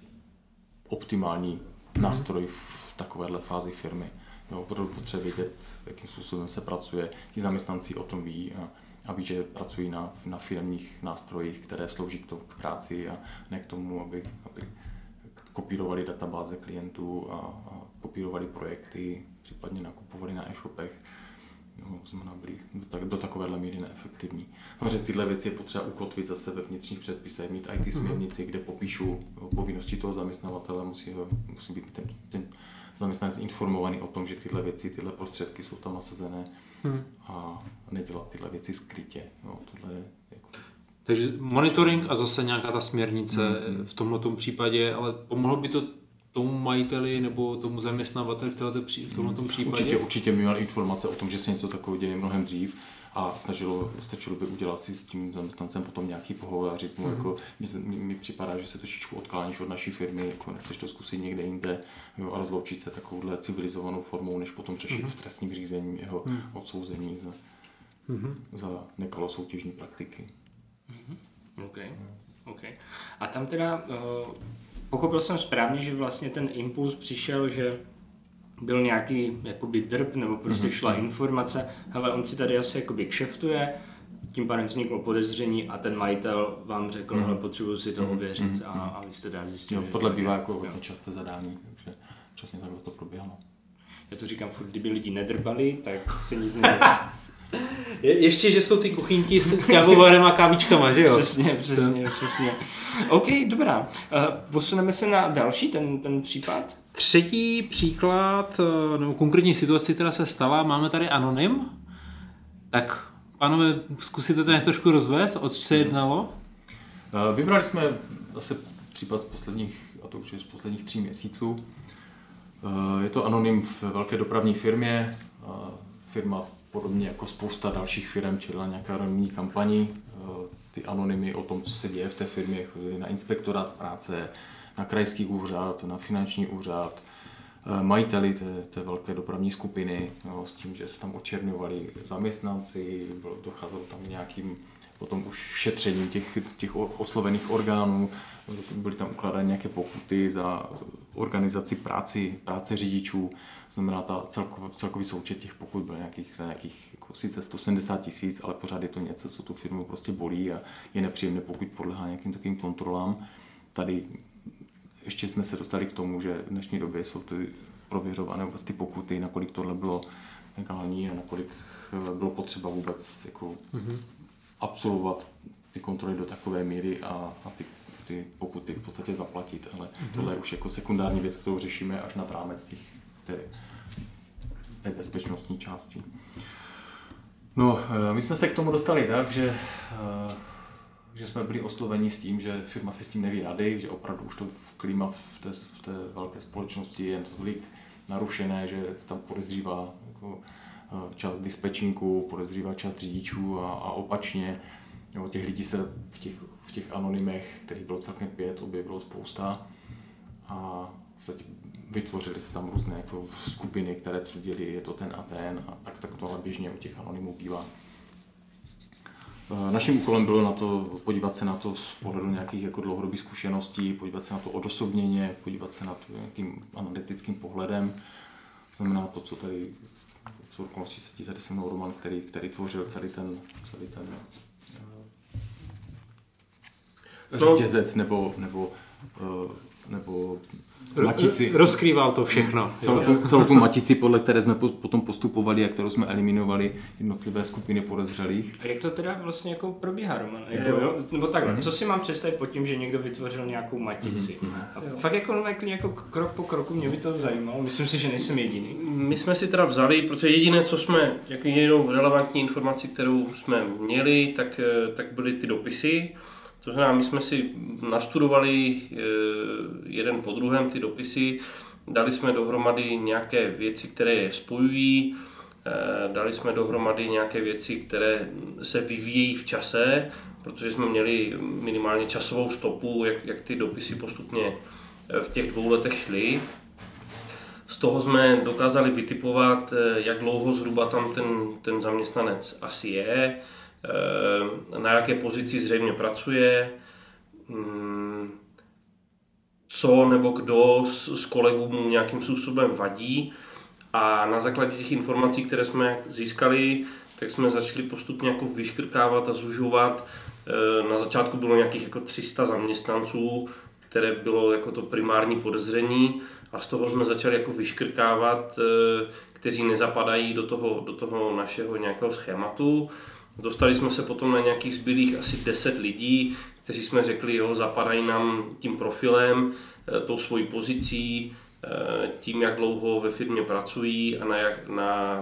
optimální nástroj v takovéhle fázi firmy. Jo, opravdu potřeba vědět, jakým způsobem se pracuje. Ti zaměstnanci o tom ví a, a ví, že pracují na, na firemních nástrojích, které slouží k, tomu, k práci a ne k tomu, aby, aby kopírovali databáze klientů a, a kopírovali projekty, případně nakupovali na e-shopech. No, znamená, byli do, tak, do takovéhle míry neefektivní. Samozřejmě tyhle věci je potřeba ukotvit zase ve vnitřních předpisech, mít í té směrnici, kde popíšu povinnosti toho zaměstnavatele, musí, musí být ten, ten zaměstnanec informovaný o tom, že tyhle věci, tyhle prostředky jsou tam nasazené hmm. a nedělat tyhle věci skrytě. No, tohle je jako... Takže monitoring a zase nějaká ta směrnice hmm. v tomto případě, ale pomohlo by to tomu majiteli nebo tomu zaměstnavateli v tomto případě? Určitě, určitě měl informace o tom, že se něco takového děje mnohem dřív a snažilo, stačilo by udělat si s tím zaměstnancem potom nějaký pohovor a říct mu, mm. jako, mi, mi připadá, že se trošičku odkláníš od naší firmy, jako nechceš to zkusit někde jinde, jo, a rozloučit se takovouhle civilizovanou formou, než potom řešit mm. v trestním řízení jeho mm. odsouzení za, mm. za nekalou soutěžní praktiky. Mm. Okay. Okay. A tam teda uh... pochopil jsem správně, že vlastně ten impuls přišel, že byl nějaký jakoby drb, nebo prostě mm-hmm. šla informace, hele, on si tady asi jakoby kšeftuje, tím pádem vzniklo podezření a ten majitel vám řekl, mm-hmm. hele, potřebuji si to mm-hmm. ověřit a, a vy jste teda zjistili, že... Tohle bývá jako hodně časté zadání, takže přesně takhle to proběhlo. Já to říkám furt, kdyby lidi nedrbali, tak se nic nedělá. Je, ještě, že jsou ty kuchyňky s kávovarem a kávičkama, že jo? Přesně, přesně, přesně. OK, dobrá. Uh, posuneme se na další, ten, ten případ. Třetí příklad, nebo konkrétní situace, která se stala, máme tady anonym. Tak, pánové, zkusíte to nějak trošku rozvést, o co se jednalo? Uh, vybrali jsme zase případ z posledních, a to už je z posledních tří měsíců. Uh, je to anonym v velké dopravní firmě. Uh, firma podobně jako spousta dalších firm čelila nějaké anonymní kampani. Ty anonymy o tom, co se děje v té firmě, chodili na inspektorát práce, na krajský úřad, na finanční úřad, majiteli té, té velké dopravní skupiny, jo, s tím, že se tam očerňovali zaměstnanci, docházelo tam nějakým potom už šetřením těch, těch oslovených orgánů, byly tam ukládány nějaké pokuty za organizaci práci, práce řidičů, znamená ta celkový, celkový součet těch pokut byl nějakých, za nějakých jako sice sto sedmdesát tisíc, ale pořád je to něco, co tu firmu prostě bolí a je nepříjemné, pokud podléhá nějakým takovým kontrolám. Tady ještě jsme se dostali k tomu, že v dnešní době jsou ty prověřované vůbec ty pokuty, nakolik tohle bylo legální a nakolik bylo potřeba vůbec jako mm-hmm. absolvovat ty kontroly do takové míry a, a ty, ty pokuty v podstatě zaplatit, ale mm-hmm. tohle je už jako sekundární věc, kterou řešíme až nad rámec těch, té, té bezpečnostní části. No, my jsme se k tomu dostali tak, že, že jsme byli osloveni s tím, že firma si s tím neví rady, že opravdu už to klima v té, v té velké společnosti je tolik narušené, že tam podezřívá jako část dispečinku, podezřívá část řidičů a, a opačně. Jo, těch lidí se v těch, v těch anonymech, kterých bylo celkem pět, objevilo spousta a vytvořily se tam různé jako skupiny, které tvrdili, je to ten a ten a tak, tak tohle běžně u těch anonymů bývá. Naším úkolem bylo na to, podívat se na to z pohledu nějakých jako dlouhodobých zkušeností, podívat se na to odosobněně, podívat se na to nějakým analytickým pohledem. Znamená to, co tady v okolností sedí tady se mnou Roman, který, který tvořil celý ten, celý ten uh, řetězec nebo, nebo, uh, nebo matici. Rozkrýval to všechno. Celou tu, celou tu matici, podle které jsme potom postupovali a kterou jsme eliminovali jednotlivé skupiny podezřelých. A jak to teda vlastně jako probíhá, Roman? Jako, jo. Jo? Nebo takhle, mm-hmm. co si mám představit pod tím, že někdo vytvořil nějakou matici? Mm-hmm. A fakt jako, jako krok po kroku mě by to zajímalo, myslím si, že nejsem jediný. My jsme si teda vzali, protože jediné, co jsme, jako jedinou relevantní informaci, kterou jsme měli, tak, tak byly ty dopisy. To znamená, my jsme si nastudovali jeden po druhém ty dopisy, dali jsme dohromady nějaké věci, které je spojují, dali jsme dohromady nějaké věci, které se vyvíjejí v čase, protože jsme měli minimálně časovou stopu, jak, jak ty dopisy postupně v těch dvou letech šly. Z toho jsme dokázali vytipovat, jak dlouho zhruba tam ten, ten zaměstnanec asi je, na jaké pozici zřejmě pracuje, co nebo kdo z, z kolegů mu nějakým způsobem vadí. A na základě těch informací, které jsme získali, tak jsme začali postupně jako vyškrkávat a zužovat. Na začátku bylo nějakých jako tři sta zaměstnanců, které bylo jako to primární podezření, a z toho jsme začali jako vyškrkávat, kteří nezapadají do toho, do toho našeho nějakého schématu. Dostali jsme se potom na nějakých zbylých asi deset lidí, kteří jsme řekli, jo, zapadají nám tím profilem, tou svojí pozicí, tím, jak dlouho ve firmě pracují a na, jak, na,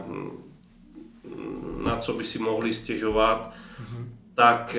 na co by si mohli stěžovat, mm-hmm. tak,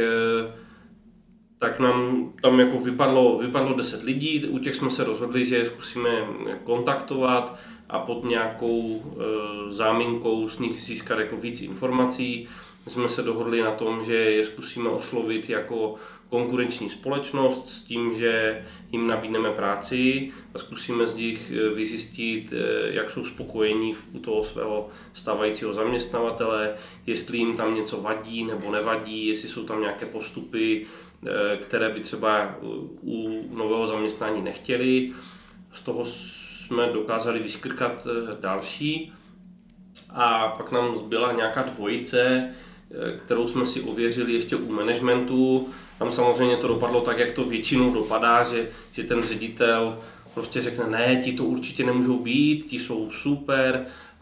tak nám tam jako vypadlo, vypadlo deset lidí, u těch jsme se rozhodli, že je zkusíme kontaktovat a pod nějakou e, záminkou z nich získat jako víc informací. My jsme se dohodli na tom, že je zkusíme oslovit jako konkurenční společnost s tím, že jim nabídneme práci a zkusíme z nich vyzjistit, jak jsou spokojení u toho svého stávajícího zaměstnavatele, jestli jim tam něco vadí nebo nevadí, jestli jsou tam nějaké postupy, které by třeba u nového zaměstnání nechtěli. Z toho jsme dokázali vyškrkat další a pak nám zbyla nějaká dvojice, kterou jsme si ověřili ještě u managementu. Tam samozřejmě to dopadlo tak, jak to většinou dopadá, že, že ten ředitel prostě řekne, ne, ti to určitě nemůžou být, ti jsou super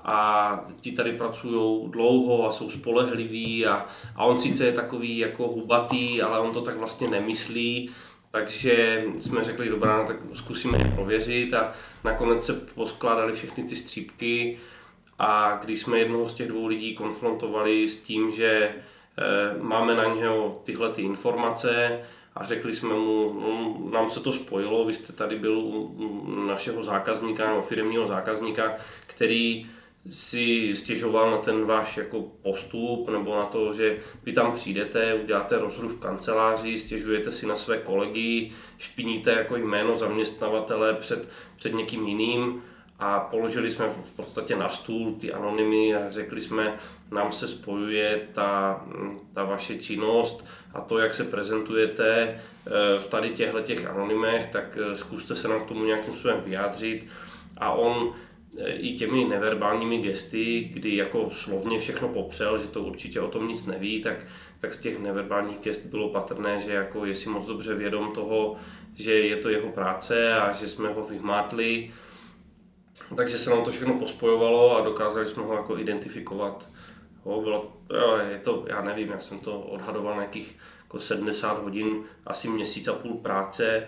a ti tady pracují dlouho a jsou spolehliví a, a on sice je takový jako hubatý, ale on to tak vlastně nemyslí. Takže jsme řekli, dobrá, no, tak zkusíme je prověřit a nakonec se poskládali všechny ty střípky. A když jsme jednoho z těch dvou lidí konfrontovali s tím, že e, máme na něho tyhle ty informace a řekli jsme mu, no, nám se to spojilo, vy jste tady byl u našeho zákazníka nebo firemního zákazníka, který si stěžoval na ten váš jako postup nebo na to, že vy tam přijdete, uděláte rozruch v kanceláři, stěžujete si na své kolegy, špiníte jako jméno zaměstnavatele před, před někým jiným. A položili jsme v podstatě na stůl ty anonymy a řekli jsme, nám se spojuje ta, ta vaše činnost a to, jak se prezentujete v tady těchto těch anonymech, tak zkuste se nám k tomu nějakým způsobem vyjádřit. A on i těmi neverbálními gesty, kdy jako slovně všechno popřel, že to určitě o tom nic neví, tak, tak z těch neverbálních gest bylo patrné, že jako je si moc dobře vědom toho, že je to jeho práce a že jsme ho vyhmátli. Takže se nám to všechno pospojovalo a dokázali jsme ho jako identifikovat. Jo, bylo, jo, je to, já nevím, jak jsem to odhadoval na nějakých jako sedmdesát hodin, asi měsíc a půl práce,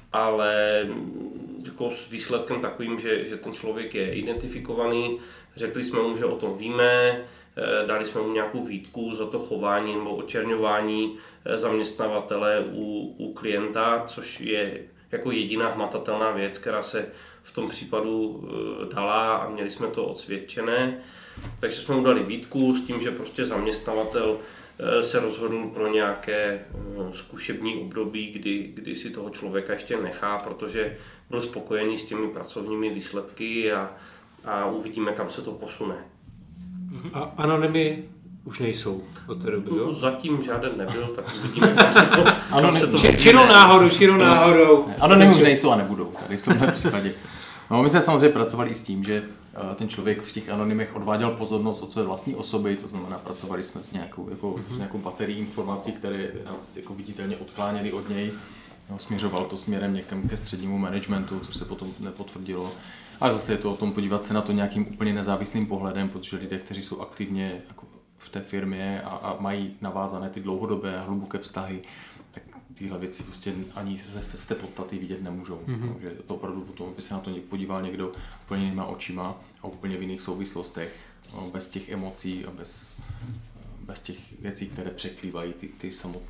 ale jako s výsledkem takovým, že, že ten člověk je identifikovaný, řekli jsme mu, že o tom víme, dali jsme mu nějakou výtku za to chování nebo očerňování zaměstnavatele u, u klienta, což je jako jediná hmatatelná věc, která se v tom případu dala a měli jsme to odsvědčené. Takže jsme mu dali výtku s tím, že prostě zaměstnavatel se rozhodl pro nějaké zkušební období, kdy, kdy si toho člověka ještě nechá, protože byl spokojený s těmi pracovními výsledky a, a uvidíme, kam se to posune. A anonymy už nejsou od té doby, jo? Zatím žádný nebyl, tak uvidíme, kam se to, kam se to čirou náhodou, čirou náhodou. Anonymy už nejsou a nebudou tady v tomhle případě. No, my jsme samozřejmě pracovali i s tím, že ten člověk v těch anonymech odváděl pozornost od své vlastní osoby, to znamená, pracovali jsme s nějakou, jako, mm-hmm. s nějakou baterií informací, které nás jako viditelně odkláněly od něj. No, směřoval to směrem někam ke střednímu managementu, což se potom nepotvrdilo. Ale zase je to o tom podívat se na to nějakým úplně nezávislým pohledem, protože lidé, kteří jsou aktivně jako v té firmě a, a mají navázané ty dlouhodobé a hluboké vztahy, tak tyhle věci prostě ani ze, z té podstaty vidět nemůžou. Mm-hmm. No, že to opravdu potom, aby se na to podíval někdo úplně jinýma očima a úplně v jiných souvislostech, no, bez těch emocí a bez, bez těch věcí, které překrývají ty, ty samotné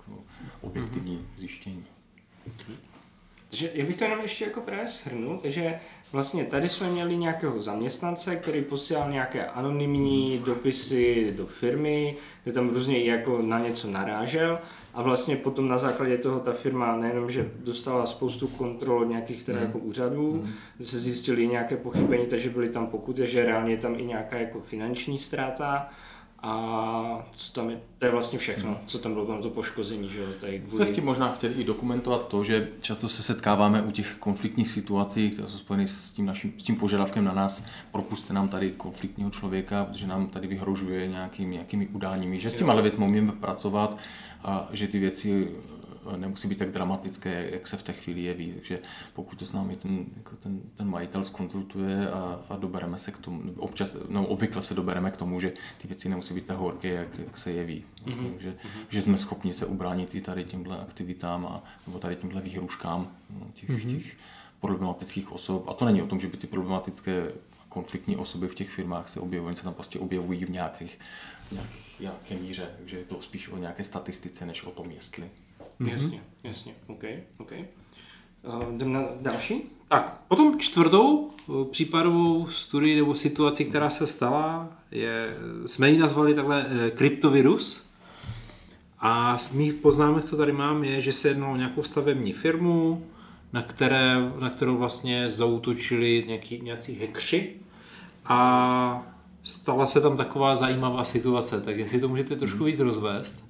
jako objektivní mm-hmm. zjištění. Takže já bych to jenom ještě jako právě shrnul, že vlastně tady jsme měli nějakého zaměstnance, který posílal nějaké anonymní dopisy do firmy, kde tam různě jako na něco narážel a vlastně potom na základě toho ta firma nejenom, že dostala spoustu kontrol od nějakých teda mm. jako úřadů, mm. se zjistili nějaké pochybení, takže byly tam pokuty, že reálně je tam i nějaká jako finanční ztráta. A co tam je, to je vlastně všechno, hmm. co tam bylo, tam to poškození, že jo, tady kvůli... Jsme s tím možná chtěli i dokumentovat to, že často se setkáváme u těch konfliktních situací, které jsou spojeny s tím naším, s tím požadavkem na nás, propuste nám tady konfliktního člověka, protože nám tady vyhrožuje nějakými, nějakými udáními, že s tím ale věcmi umíme pracovat a že ty věci nemusí být tak dramatické, jak se v té chvíli jeví. Takže pokud to s námi ten, jako ten, ten majitel zkonzultuje a, a dobereme se k tomu, občas, no obvykle se dobereme k tomu, že ty věci nemusí být tak horké, jak, jak se jeví. Mm-hmm. Takže mm-hmm. že jsme schopni se ubránit i tady těmhle aktivitám a, nebo tady těmhle výhruškám no, těch, mm-hmm. těch problematických osob. A to není o tom, že by ty problematické konfliktní osoby v těch firmách se objevují, oni se tam prostě objevují v nějakých, nějakých, nějaké míře. Takže je to spíš o nějaké statistice, než o tom, jestli. Mm-hmm. Jasně, jasně, OK, OK. Uh, jdem na další? Tak, potom čtvrtou případovou studii nebo situaci, která se stala, je, jsme ji nazvali takhle kryptovirus. A z mých poznámek, co tady mám, je, že se jednalo o nějakou stavební firmu, na, které, na kterou vlastně zaútočili nějaký, nějací hackři. A stala se tam taková zajímavá situace, tak jestli to můžete trošku víc rozvést.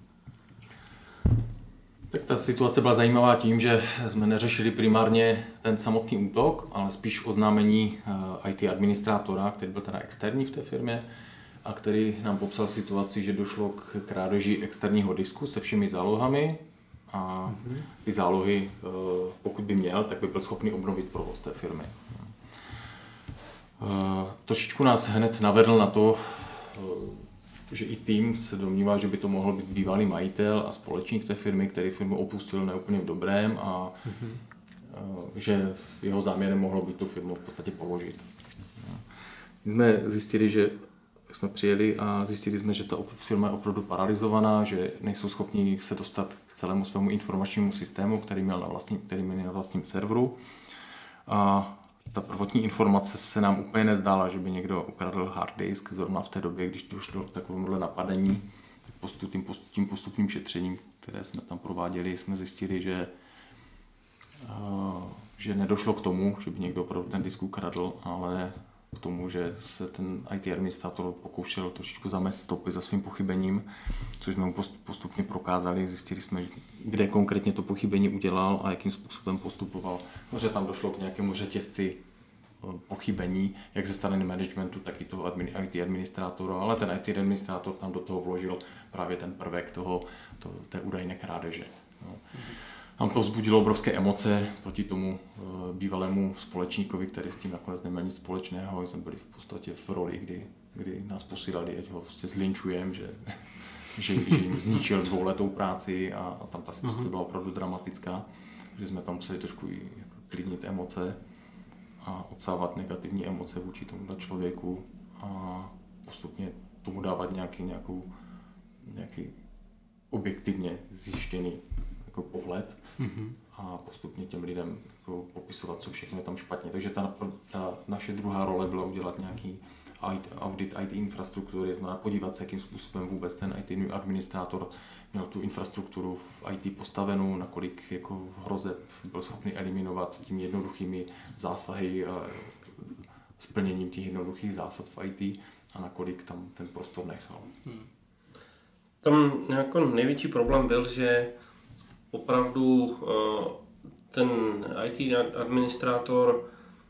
Tak ta situace byla zajímavá tím, že jsme neřešili primárně ten samotný útok, ale spíš oznámení í té administrátora, který byl teda externí v té firmě a který nám popsal situaci, že došlo k krádeži externího disku se všemi zálohami a ty zálohy, pokud by měl, tak by byl schopný obnovit provoz té firmy. Trošičku nás hned navedl na to, že i tým se domnívá, že by to mohl být bývalý majitel a společník té firmy, který firmu opustil neúplně v dobrém a mm-hmm. že jeho záměrem mohlo být tu firmu v podstatě položit. My jsme zjistili, že jsme přijeli a zjistili jsme, že ta firma je opravdu paralizovaná, že nejsou schopni se dostat k celému svému informačnímu systému, který měl na vlastním, který měl na vlastním serveru. A ta prvotní informace se nám úplně nezdála, že by někdo ukradl hard disk, zrovna v té době, když došlo k takovému napadení, postup, tím, postup, tím postupným šetřením, které jsme tam prováděli, jsme zjistili, že, uh, že nedošlo k tomu, že by někdo opravdu ten disk ukradl, ale k tomu, že se ten í té administrátor pokoušel trošičku zamést stopy za svým pochybením, což jsme mu postupně prokázali. Zjistili jsme, kde konkrétně to pochybení udělal a jakým způsobem postupoval. No, že tam došlo k nějakému řetězci pochybení, jak ze strany managementu, tak i toho í té administrátora, ale ten í té administrátor tam do toho vložil právě ten prvek toho, to, té údajné krádeže. No. Nám to vzbudilo obrovské emoce proti tomu uh, bývalému společníkovi, který s tím nakonec neměl nic společného. Jsme byli v podstatě v roli, kdy, kdy nás posílali, ať ho prostě zlinčujeme, že, že, že jim zničil dvouletou práci a, a tam ta situace byla opravdu dramatická. Že jsme tam museli trošku jako klidnit emoce a odsávat negativní emoce vůči tomuhle člověku a postupně tomu dávat nějaký, nějakou, nějaký objektivně zjištěný jako pohled mm-hmm. a postupně těm lidem jako popisovat, co všechno je tam špatně. Takže ta, ta naše druhá role byla udělat nějaký audit í té infrastruktury, znamená podívat se, jakým způsobem vůbec ten í té administrátor měl tu infrastrukturu v í té postavenou, nakolik jako hrozeb byl schopný eliminovat tím jednoduchými zásahy a splněním těch jednoduchých zásad v í té a nakolik tam ten prostor nechal. Hmm. Tam jako největší problém byl, že opravdu ten í té administrátor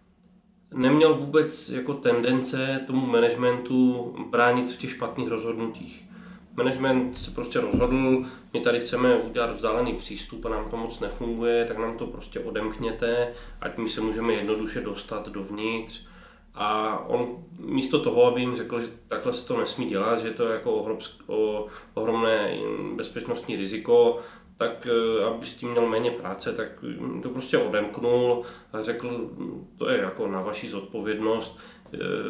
neměl vůbec jako tendence tomu managementu bránit v těch špatných rozhodnutích. Management se prostě rozhodl, my tady chceme udělat vzdálený přístup a nám to moc nefunguje, tak nám to prostě odemkněte, ať my se můžeme jednoduše dostat dovnitř. A on místo toho, aby jim řekl, že takhle se to nesmí dělat, že to je jako ohromsk- ohromné bezpečnostní riziko, tak aby s tím měl méně práce, tak to prostě odemknul a řekl, to je jako na vaši zodpovědnost,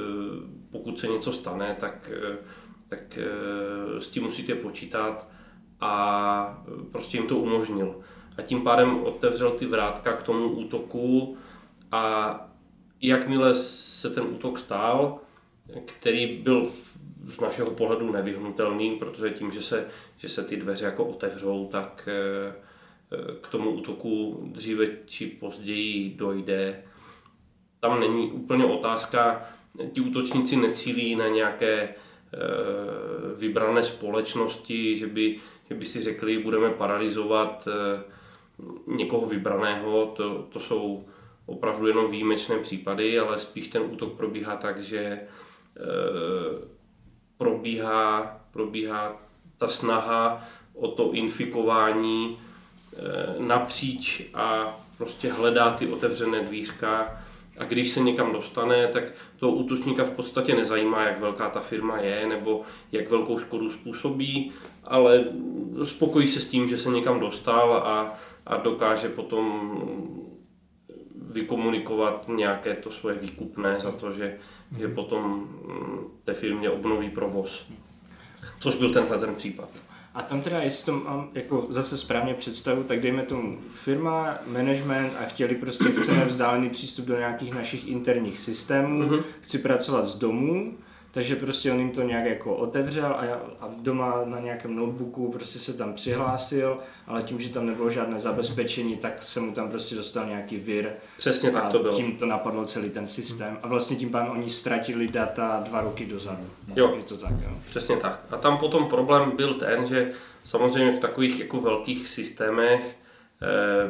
pokud se něco stane, tak, tak s tím musíte počítat a prostě jim to umožnil. A tím pádem otevřel ty vrátka k tomu útoku a jakmile se ten útok stál, který byl z našeho pohledu nevyhnutelný, protože tím, že se, že se ty dveře jako otevřou, tak k tomu útoku dříve či později dojde. Tam není úplně otázka, ti útočníci necílí na nějaké vybrané společnosti, že by, že by si řekli, budeme paralyzovat někoho vybraného, to, to jsou opravdu jenom výjimečné případy, ale spíš ten útok probíhá tak, že e, probíhá, probíhá ta snaha o to infikování e, napříč a prostě hledá ty otevřené dvířka. A když se někam dostane, tak toho útočníka v podstatě nezajímá, jak velká ta firma je nebo jak velkou škodu způsobí, ale spokojí se s tím, že se někam dostal a, a dokáže potom vykomunikovat nějaké to svoje výkupné za to, že, mm. že potom té firmě obnoví provoz. Což byl tenhle ten případ. A tam teda, jestli to mám jako zase správně představu, tak dejme tomu firma, management a chtěli prostě, chceme vzdálený přístup do nějakých našich interních systémů, mm-hmm. chci pracovat z domu, takže prostě on jim to nějak jako otevřel a, já, a doma na nějakém notebooku prostě se tam přihlásil, ale tím, že tam nebylo žádné zabezpečení, tak se mu tam prostě dostal nějaký vir. Přesně tak to bylo. Tím to napadlo celý ten systém a vlastně tím pádem oni ztratili data dva roky dozadu. Jo, je to tak, jo. Přesně tak. A tam potom problém byl ten, že samozřejmě v takových jako velkých systémech e,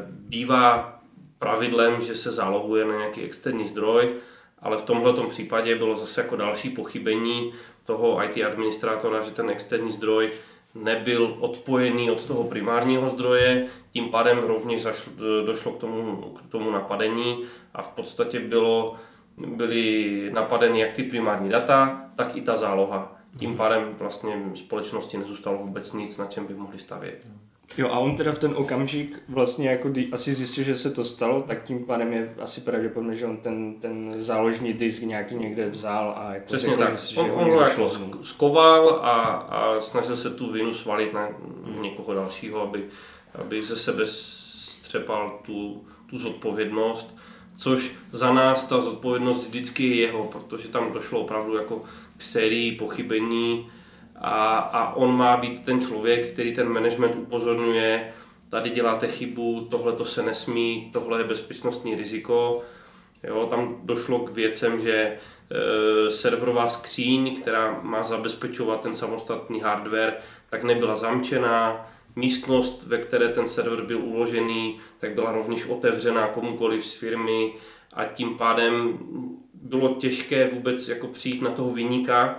bývá pravidlem, že se zálohuje na nějaký externí zdroj, ale v tomhletom případě bylo zase jako další pochybení toho í té administrátora, že ten externí zdroj nebyl odpojený od toho primárního zdroje, tím pádem rovněž došlo k tomu, k tomu napadení a v podstatě bylo, byly napadeny jak ty primární data, tak i ta záloha. Tím pádem vlastně společnosti nezůstalo vůbec nic, na čem by mohli stavět. Jo, a on teda v ten okamžik vlastně jako kdy asi zjistil, že se to stalo, tak tím pádem je asi pravděpodobně, že on ten, ten záložní disk nějaký někde vzal a jako přesně řekl, tak. že, on, že on ho jako skoval a, a snažil se tu vinu svalit na někoho dalšího, aby, aby ze sebe střepal tu, tu zodpovědnost, což za nás ta zodpovědnost vždycky je jeho, protože tam došlo opravdu jako k sérii pochybení. A, a on má být ten člověk, který ten management upozorňuje, tady děláte chybu, tohle to se nesmí, tohle je bezpečnostní riziko. Jo, tam došlo k věcem, že e, serverová skříň, která má zabezpečovat ten samostatný hardware, tak nebyla zamčená. Místnost, ve které ten server byl uložený, tak byla rovněž otevřená komukoliv z firmy a tím pádem bylo těžké vůbec jako přijít na toho viníka,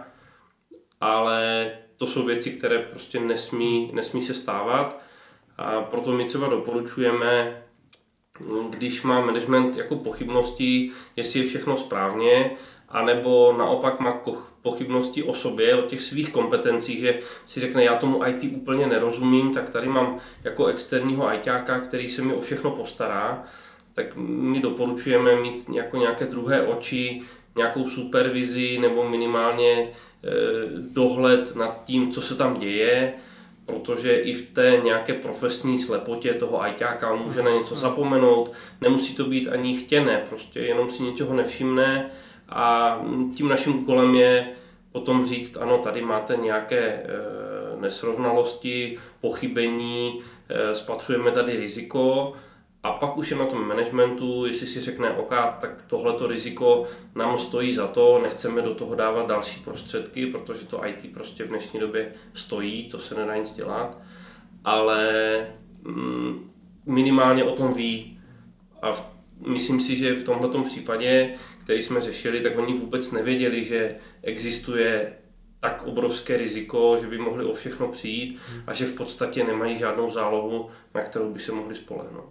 ale to jsou věci, které prostě nesmí, nesmí se stávat a proto my třeba doporučujeme, když má management jako pochybnosti, jestli je všechno správně, anebo naopak má pochybnosti o sobě, o těch svých kompetencích, že si řekne, já tomu í té úplně nerozumím, tak tady mám jako externího ajťáka, který se mi o všechno postará, tak my doporučujeme mít jako nějaké druhé oči, nějakou supervizi nebo minimálně dohled nad tím, co se tam děje, protože i v té nějaké profesní slepotě toho ajťáka může na něco zapomenout, nemusí to být ani chtěné, prostě jenom si něčeho nevšimne a tím naším úkolem je potom říct, ano, tady máte nějaké nesrovnalosti, pochybení, spatřujeme tady riziko. A pak už je na tom managementu, jestli si řekne, OK, tak tohleto riziko nám stojí za to, nechceme do toho dávat další prostředky, protože to í té prostě v dnešní době stojí, to se nedá nic dělat, ale mm, minimálně o tom ví. A v, myslím si, že v tomhletom případě, který jsme řešili, tak oni vůbec nevěděli, že existuje tak obrovské riziko, že by mohli o všechno přijít a že v podstatě nemají žádnou zálohu, na kterou by se mohli spolehnout.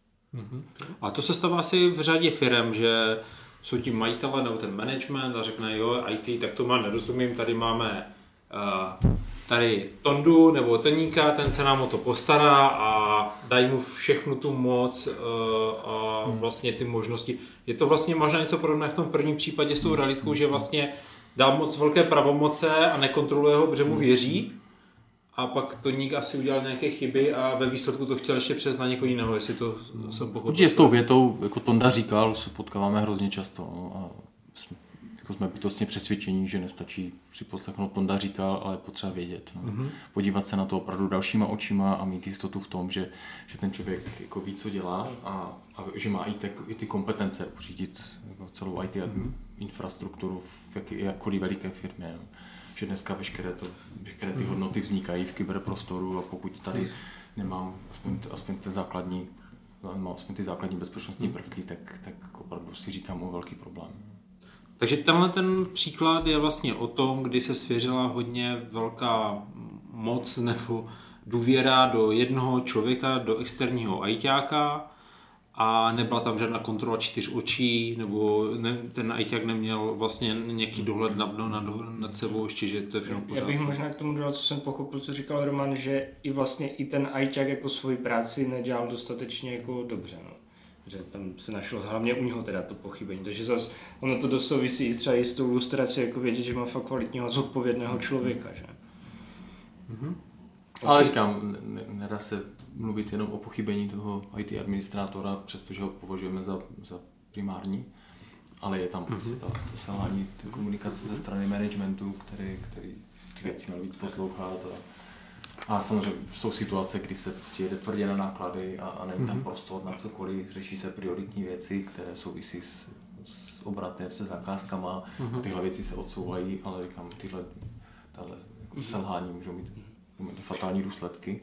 A to se stává asi v řadě firem, že jsou ti majitelé nebo ten management a řekne, jo, í té, tak to má nerozumím, tady máme uh, tady Tondu nebo Toníka, ten se nám o to postará a dají mu všechnu tu moc uh, a vlastně ty možnosti. Je to vlastně možná něco podobné v tom prvním případě s tou realitkou, že vlastně dá moc velké pravomoce a nekontroluje ho, protože mu věří a pak Toník asi udělal nějaké chyby a ve výsledku to chtěl ještě přes na někoho jiného, jestli to jsem pochopil. Určitě s tou větou, jako Tonda říkal, se potkáváme hrozně často. No, a jsme, jako jsme bytostně přesvědčení, že nestačí si poslechnout Tonda říkal, ale je potřeba vědět. No. Mm-hmm. Podívat se na to opravdu dalšíma očima a mít jistotu v tom, že, že ten člověk jako ví, co dělá a, a že má i, te, i ty kompetence uřídit jako celou í té mm-hmm. infrastrukturu v jak, jakkoliv veliké firmě. No. Že dneska veškeré, to, veškeré ty hodnoty vznikají v kyberprostoru a pokud tady nemám aspoň, aspoň ty základní, mám aspoň ty základní bezpečnostní prvky, tak, tak opravdu si říkám o velký problém. Takže tenhle ten příklad je vlastně o tom, kdy se svěřila hodně velká moc nebo důvěra do jednoho člověka, do externího ajťáka a nebyla tam žádná kontrola čtyř očí, nebo ne, ten ajťák neměl vlastně nějaký dohled nad, nad, nad sebou, ještě, že to je všechno pořád. Já bych možná k tomu dodal, co jsem pochopil, co říkal Roman, že i vlastně i ten ajťák jako svoji práci nedělal dostatečně jako dobře, no. Že tam se našlo hlavně u něho teda to pochybení, takže zase ono to dost souvisí třeba i s tou lustrací, jako vědět, že má fakt kvalitního zodpovědného člověka, že? Mm-hmm. Ale říkám, ne, nedá se mluvit jenom o pochybení toho í té administrátora, přestože ho považujeme za, za primární, ale je tam mm-hmm. ta, to selhání komunikace ze strany managementu, který, který ty věci měl víc poslouchat. A, a samozřejmě jsou situace, kdy se jede tvrdě na náklady a, a není mm-hmm. tam prostor na cokoliv, řeší se prioritní věci, které souvisí s, s obratem, se zakázkama, mm-hmm. tyhle věci se odsouvají, ale říkám, tyhle, tahle jako selhání můžou mít, můžou mít fatální důsledky.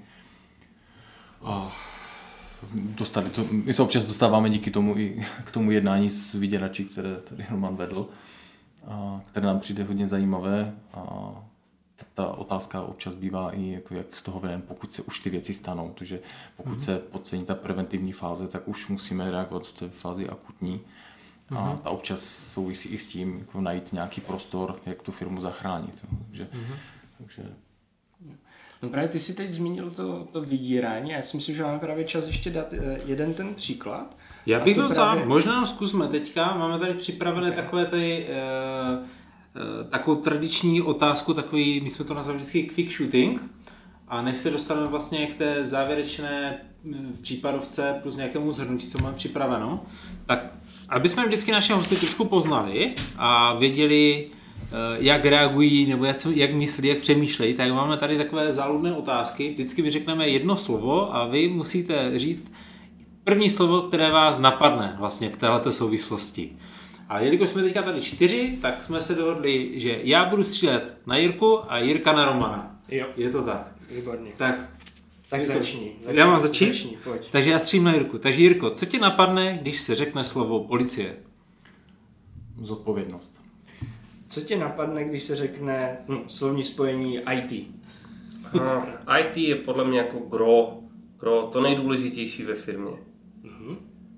A dostali to, my se občas dostáváme díky tomu i k tomu jednání s vyděrači, které tady Roman vedl, a které nám přijde hodně zajímavé a ta, ta otázka občas bývá i jako jak z toho ven, pokud se už ty věci stanou, protože pokud mm-hmm. se podcení ta preventivní fáze, tak už musíme reagovat v té fázi akutní a mm-hmm. ta občas souvisí i s tím, jako najít nějaký prostor, jak tu firmu zachránit. Jo. Takže, mm-hmm. takže No právě ty jsi teď zmínil to, to vydírání a já si myslím, že máme právě čas ještě dát jeden ten příklad. Já bych byl právě... sám, možná zkusme teďka, máme tady připravené okay. takové tady, e, e, takovou tradiční otázku, takový, my jsme to nazvali vždycky quick shooting a než se dostaneme vlastně k té závěrečné případovce plus nějakému shrnutí, co máme připraveno, tak aby jsme vždycky naše hosty trošku poznali a věděli, jak reagují, nebo jak, jak myslí, jak přemýšlejí, tak máme tady takové záludné otázky. Vždycky vyřekneme jedno slovo a vy musíte říct první slovo, které vás napadne vlastně v této souvislosti. A jelikož jsme teďka tady čtyři, tak jsme se dohodli, že já budu střílet na Jirku a Jirka na Romana. Jo. Je to tak. Výborně. Tak, tak Jirko, začni, začni. Já mám začít? Začni, pojď. Takže já střílím na Jirku. Takže Jirko, co ti napadne, když se řekne slovo policie? Zodpovědnost. Co tě napadne, když se řekne hm, slovní spojení í té? No, í té je podle mě jako gro, gro to nejdůležitější ve firmě. Mhm.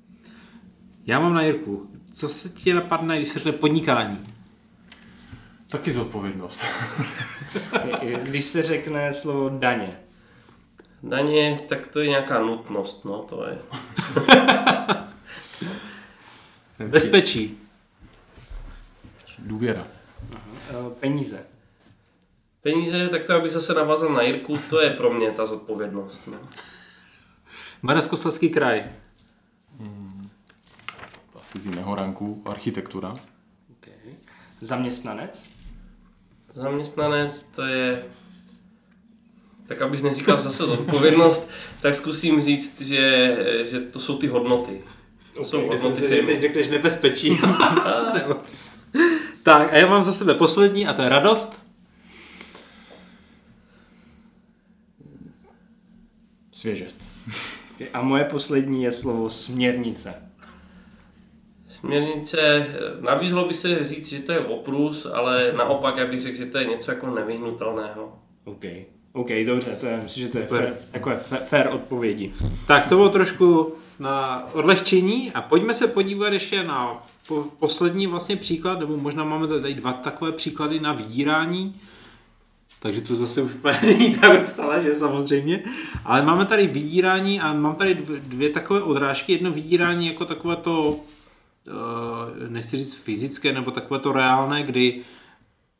Já mám na Jirku. Co se ti napadne, když se řekne podnikání? Taky zodpovědnost. Když se řekne slovo daně? Daně, tak to je nějaká nutnost, no to je. Bezpečí. Důvěra. Aha. Peníze. Peníze, tak to abych zase navázal na Jirku, to je pro mě ta zodpovědnost. No. Moravskoslezský kraj. Hmm. Asi z jiného ranku architektura. Okay. Zaměstnanec. Zaměstnanec, to je... Tak abych neříkal zase zodpovědnost, tak zkusím říct, že, že to jsou ty hodnoty. To okay, jsou hodnoty. Myslím si, že teď řekneš nebezpečí. Tak a já mám za sebe poslední a to je radost. Svěžest. A moje poslední je slovo směrnice. Směrnice, nabízelo by se říct, že to je oprus, ale naopak já bych řekl, že to je něco jako nevyhnutelného. OK, OK, dobře, to je, myslím, že to je fair, takové fair odpovědi. Tak to bylo trošku na odlehčení a pojďme se podívat ještě na po, poslední vlastně příklad, nebo možná máme tady dva takové příklady na vydírání, takže to zase už není tak veselé, že samozřejmě, ale máme tady vydírání a mám tady dvě, dvě takové odrážky, jedno vydírání jako takové to, uh, nechci říct fyzické, nebo takové to reálné, kdy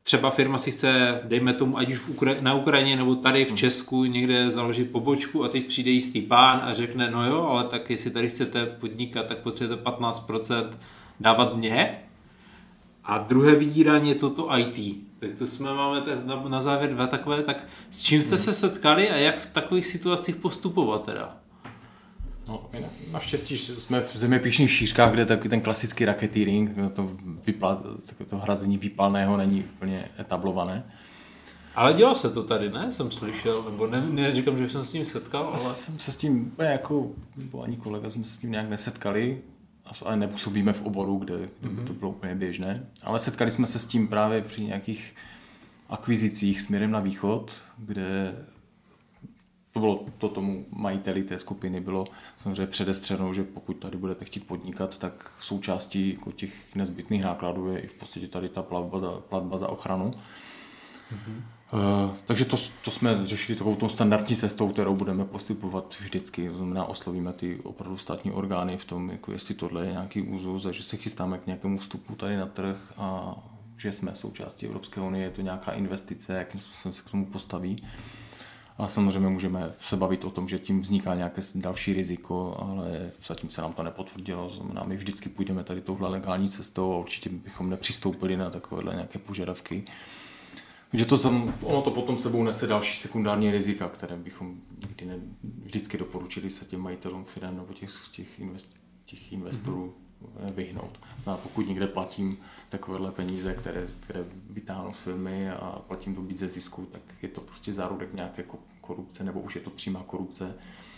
třeba firma si chce, dejme tomu, ať už v Ukra- na Ukrajině nebo tady v Česku někde založit pobočku a teď přijde jistý pán a řekne, no jo, ale tak jestli tady chcete podnikat, tak potřebujete patnáct procent dávat mně. A druhé vydírání je toto í té. Tak to jsme máme na, na závěr dva takové, tak s čím jste se setkali a jak v takových situacích postupovat teda? No, naštěstí jsme v zeměpišných šířkách, kde takový ten klasický racketeering, to, vypla, to hrazení výpalného není úplně etablované. Ale dělo se to tady, ne? Jsem slyšel, nebo ne, neříkám, že jsem s tím setkal, ale... Já jsem se s tím, jako, nebo ani kolega jsme se s tím nějak nesetkali, ale nepůsobíme v oboru, kde mm-hmm. to bylo úplně běžné, ale setkali jsme se s tím právě při nějakých akvizicích směrem na východ, kde to bylo to tomu majiteli té skupiny bylo samozřejmě předestřeno, že pokud tady budete chtít podnikat, tak součástí jako těch nezbytných nákladů je i v podstatě tady ta platba za, platba za ochranu. Mm-hmm. Uh, takže to, to jsme řešili takovou tou standardní cestou, kterou budeme postupovat vždycky. To znamená, oslovíme ty opravdu státní orgány v tom, jako jestli tohle je nějaký úzus a že se chystáme k nějakému vstupu tady na trh a že jsme součástí Evropské unie, je to nějaká investice, jakým způsobem se k tomu postaví. A samozřejmě můžeme se bavit o tom, že tím vzniká nějaké další riziko, ale zatím se nám to nepotvrdilo. Znamená, my vždycky půjdeme tady touhle legální cestou a určitě bychom nepřistoupili na takovéhle nějaké požadavky. Takže to, ono to potom sebou nese další sekundární rizika, které bychom nikdy ne, vždycky doporučili se těm majitelům firem nebo těch, těch, invest, těch investorů mm-hmm. vyhnout. Znamená, pokud někde platím takovéhle peníze, které, které vytáhnou firmy a platím to víc ze zisku, tak je to prostě zárudek nějaké korupce, nebo už je to přímá korupce.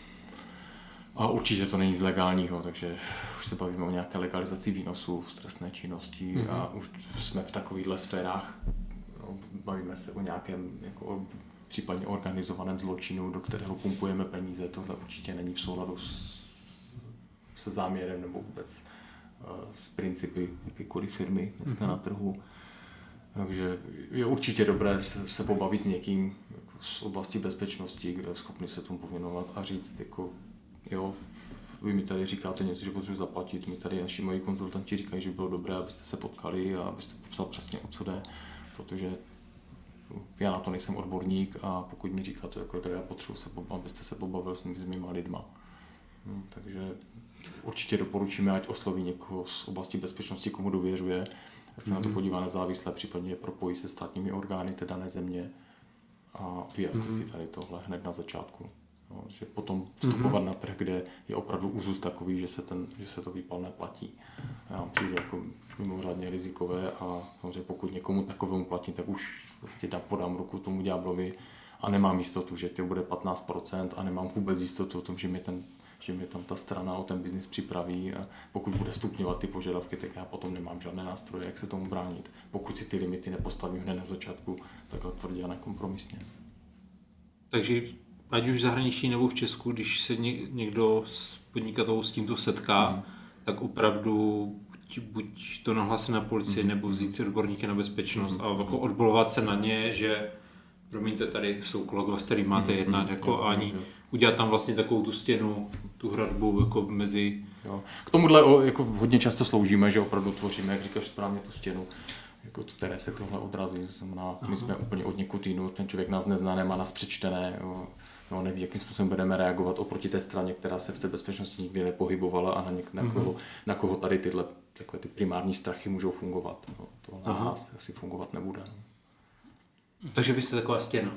A určitě to není z legálního, takže už se bavíme o nějaké legalizaci výnosů z trestné činnosti mm-hmm. a už jsme v takovýchhle sférách. Bavíme se o nějakém jako o případně organizovaném zločinu, do kterého pumpujeme peníze. Tohle určitě není v souladu s, se záměrem nebo vůbec uh, s principy jakékoliv firmy dneska mm-hmm. na trhu. Takže je určitě dobré se, se pobavit s někým jako z oblasti bezpečnosti, kde je schopný se tomu pověnovat a říct, jako, jo, vy mi tady říkáte něco, že potřebuji zaplatit, mi tady naši moji konzultanti říkají, že by bylo dobré, abyste se potkali a abyste popsal přesně, o co jde. Protože já na to nejsem odborník a pokud mi říkáte, jako to já potřebuji, se, abyste se pobavil s mýma lidma. No, takže určitě doporučíme, ať osloví někoho z oblasti bezpečnosti, komu důvěřuje, ať se mm-hmm. na to podívá nezávisle, případně je propojí se státními orgány té dané země a vyjasní mm-hmm. si tady tohle hned na začátku. No, že potom vstupovat mm-hmm. na trh, kde je opravdu úzus takový, že se, ten, že se to výpalné platí. Já přijde jako mimořádně rizikové a samozřejmě pokud někomu takovému platí, tak už vlastně podám ruku tomu ďáblovi a nemám jistotu, že to bude patnáct procent a nemám vůbec jistotu o tom, že mi, ten, že mi tam ta strana o ten biznis připraví a pokud bude stupňovat ty požadavky, tak já potom nemám žádné nástroje, jak se tomu bránit. Pokud si ty limity nepostavím hned na začátku, takhle tvrdě a nekompromisně. Takže ať už v zahraničí nebo v Česku, když se někdo s podnikatelou s tímto setká, mm. tak opravdu buď, buď to nahlásí na policii, mm. nebo vzít si odborníky na bezpečnost mm. a jako odbolovat se na ně, že promiňte, tady jsou kolegové, s kterými máte mm. jednat, jako jo, ani jo. udělat tam vlastně takovou tu stěnu, tu hradbu jako mezi... Jo. K tomuhle jako hodně často sloužíme, že opravdu tvoříme, jak říkáš správně, tu stěnu, jako které se tohle odrazí. Znamená, my jsme úplně od někud jinou, ten člověk nás nezná, nemá nás přečtené, jo. No, neví, jakým způsobem budeme reagovat oproti té straně, která se v té bezpečnosti nikdy nepohybovala a na, něk, na, koho, na koho tady tyhle takové ty primární strachy můžou fungovat. No, to na nás asi fungovat nebude. No. Takže vy jste taková stěna.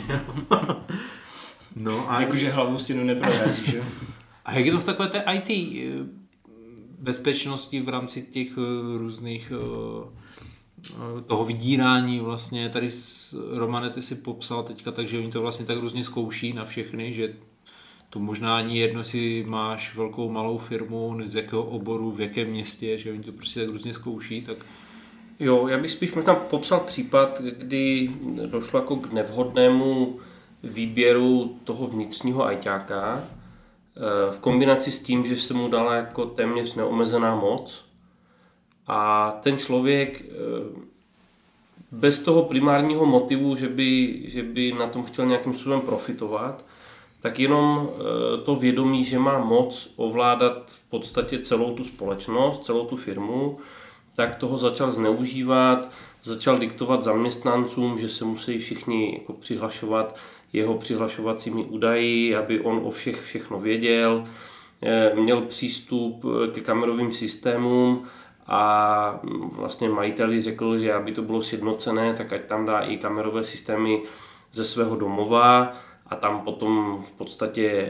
No a jakože hlavou stěnu neprorazíš, že? A jak je to v takové té í té bezpečnosti v rámci těch různých toho vydírání vlastně, tady Romane, ty si popsal teďka, takže oni to vlastně tak různě zkouší na všechny, že to možná ani jedno, jestli máš velkou, malou firmu, z jakého oboru, v jakém městě, že oni to prostě tak různě zkouší, tak... Jo, já bych spíš možná popsal případ, kdy došlo jako k nevhodnému výběru toho vnitřního ajťáka v kombinaci s tím, že se mu dala jako téměř neomezená moc a ten člověk bez toho primárního motivu, že by, že by na tom chtěl nějakým způsobem profitovat, tak jenom to vědomí, že má moc ovládat v podstatě celou tu společnost, celou tu firmu, tak toho začal zneužívat, začal diktovat zaměstnancům, že se musí všichni jako přihlašovat jeho přihlašovacími údaji, aby on o všech všechno věděl. Měl přístup ke kamerovým systémům a vlastně majiteli řekl, že aby to bylo sjednocené, tak ať tam dá i kamerové systémy ze svého domova a tam potom v podstatě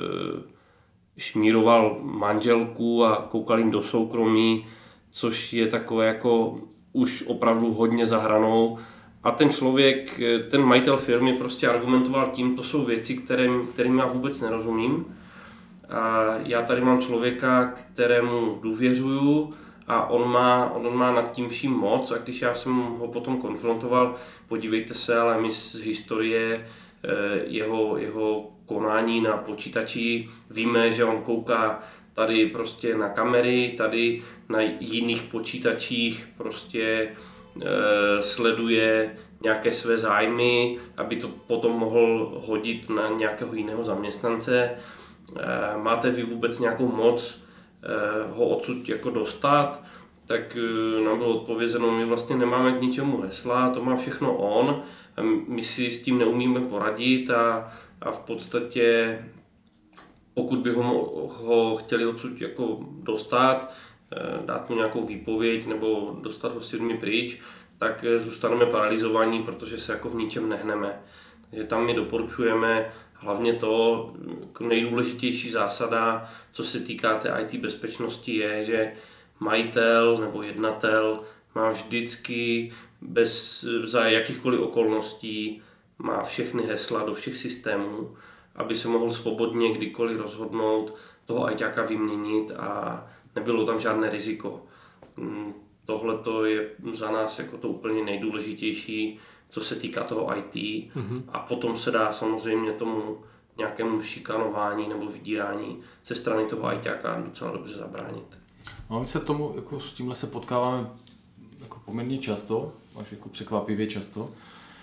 šmíroval manželku a koukal jim do soukromí, což je takové jako už opravdu hodně za hranou. A ten člověk, ten majitel firmy prostě argumentoval tím, to jsou věci, kterým, kterým já vůbec nerozumím. A já tady mám člověka, kterému důvěřuju a on má, on má nad tím vším moc a když já jsem ho potom konfrontoval, podívejte se, ale my z historie jeho, jeho konání na počítači víme, že on kouká tady prostě na kamery, tady na jiných počítačích prostě e, sleduje nějaké své zájmy, aby to potom mohl hodit na nějakého jiného zaměstnance. E, máte vy vůbec nějakou moc e, ho odsud jako dostat? Tak e, nám bylo odpovězeno, my vlastně nemáme k ničemu hesla, to má všechno on, a my si s tím neumíme poradit a, a v podstatě pokud by ho, ho chtěli odsud jako dostat, dát mu nějakou výpověď nebo dostat ho s firmy pryč, tak zůstaneme paralizovaní, protože se jako v ničem nehneme. Takže tam my doporučujeme hlavně to, nejdůležitější zásada, co se týká té í té bezpečnosti, je, že majitel nebo jednatel má vždycky bez, za jakýchkoliv okolností má všechny hesla do všech systémů, aby se mohl svobodně kdykoliv rozhodnout toho ajťáka vyměnit a nebylo tam žádné riziko. Tohle to je za nás jako to úplně nejdůležitější, co se týká toho í té. Mm-hmm. A potom se dá samozřejmě tomu nějakému šikanování nebo vydírání ze strany toho ajťáka docela dobře zabránit. No, my se tomu, jako s tímhle se potkáváme jako poměrně často, až jako překvapivě často.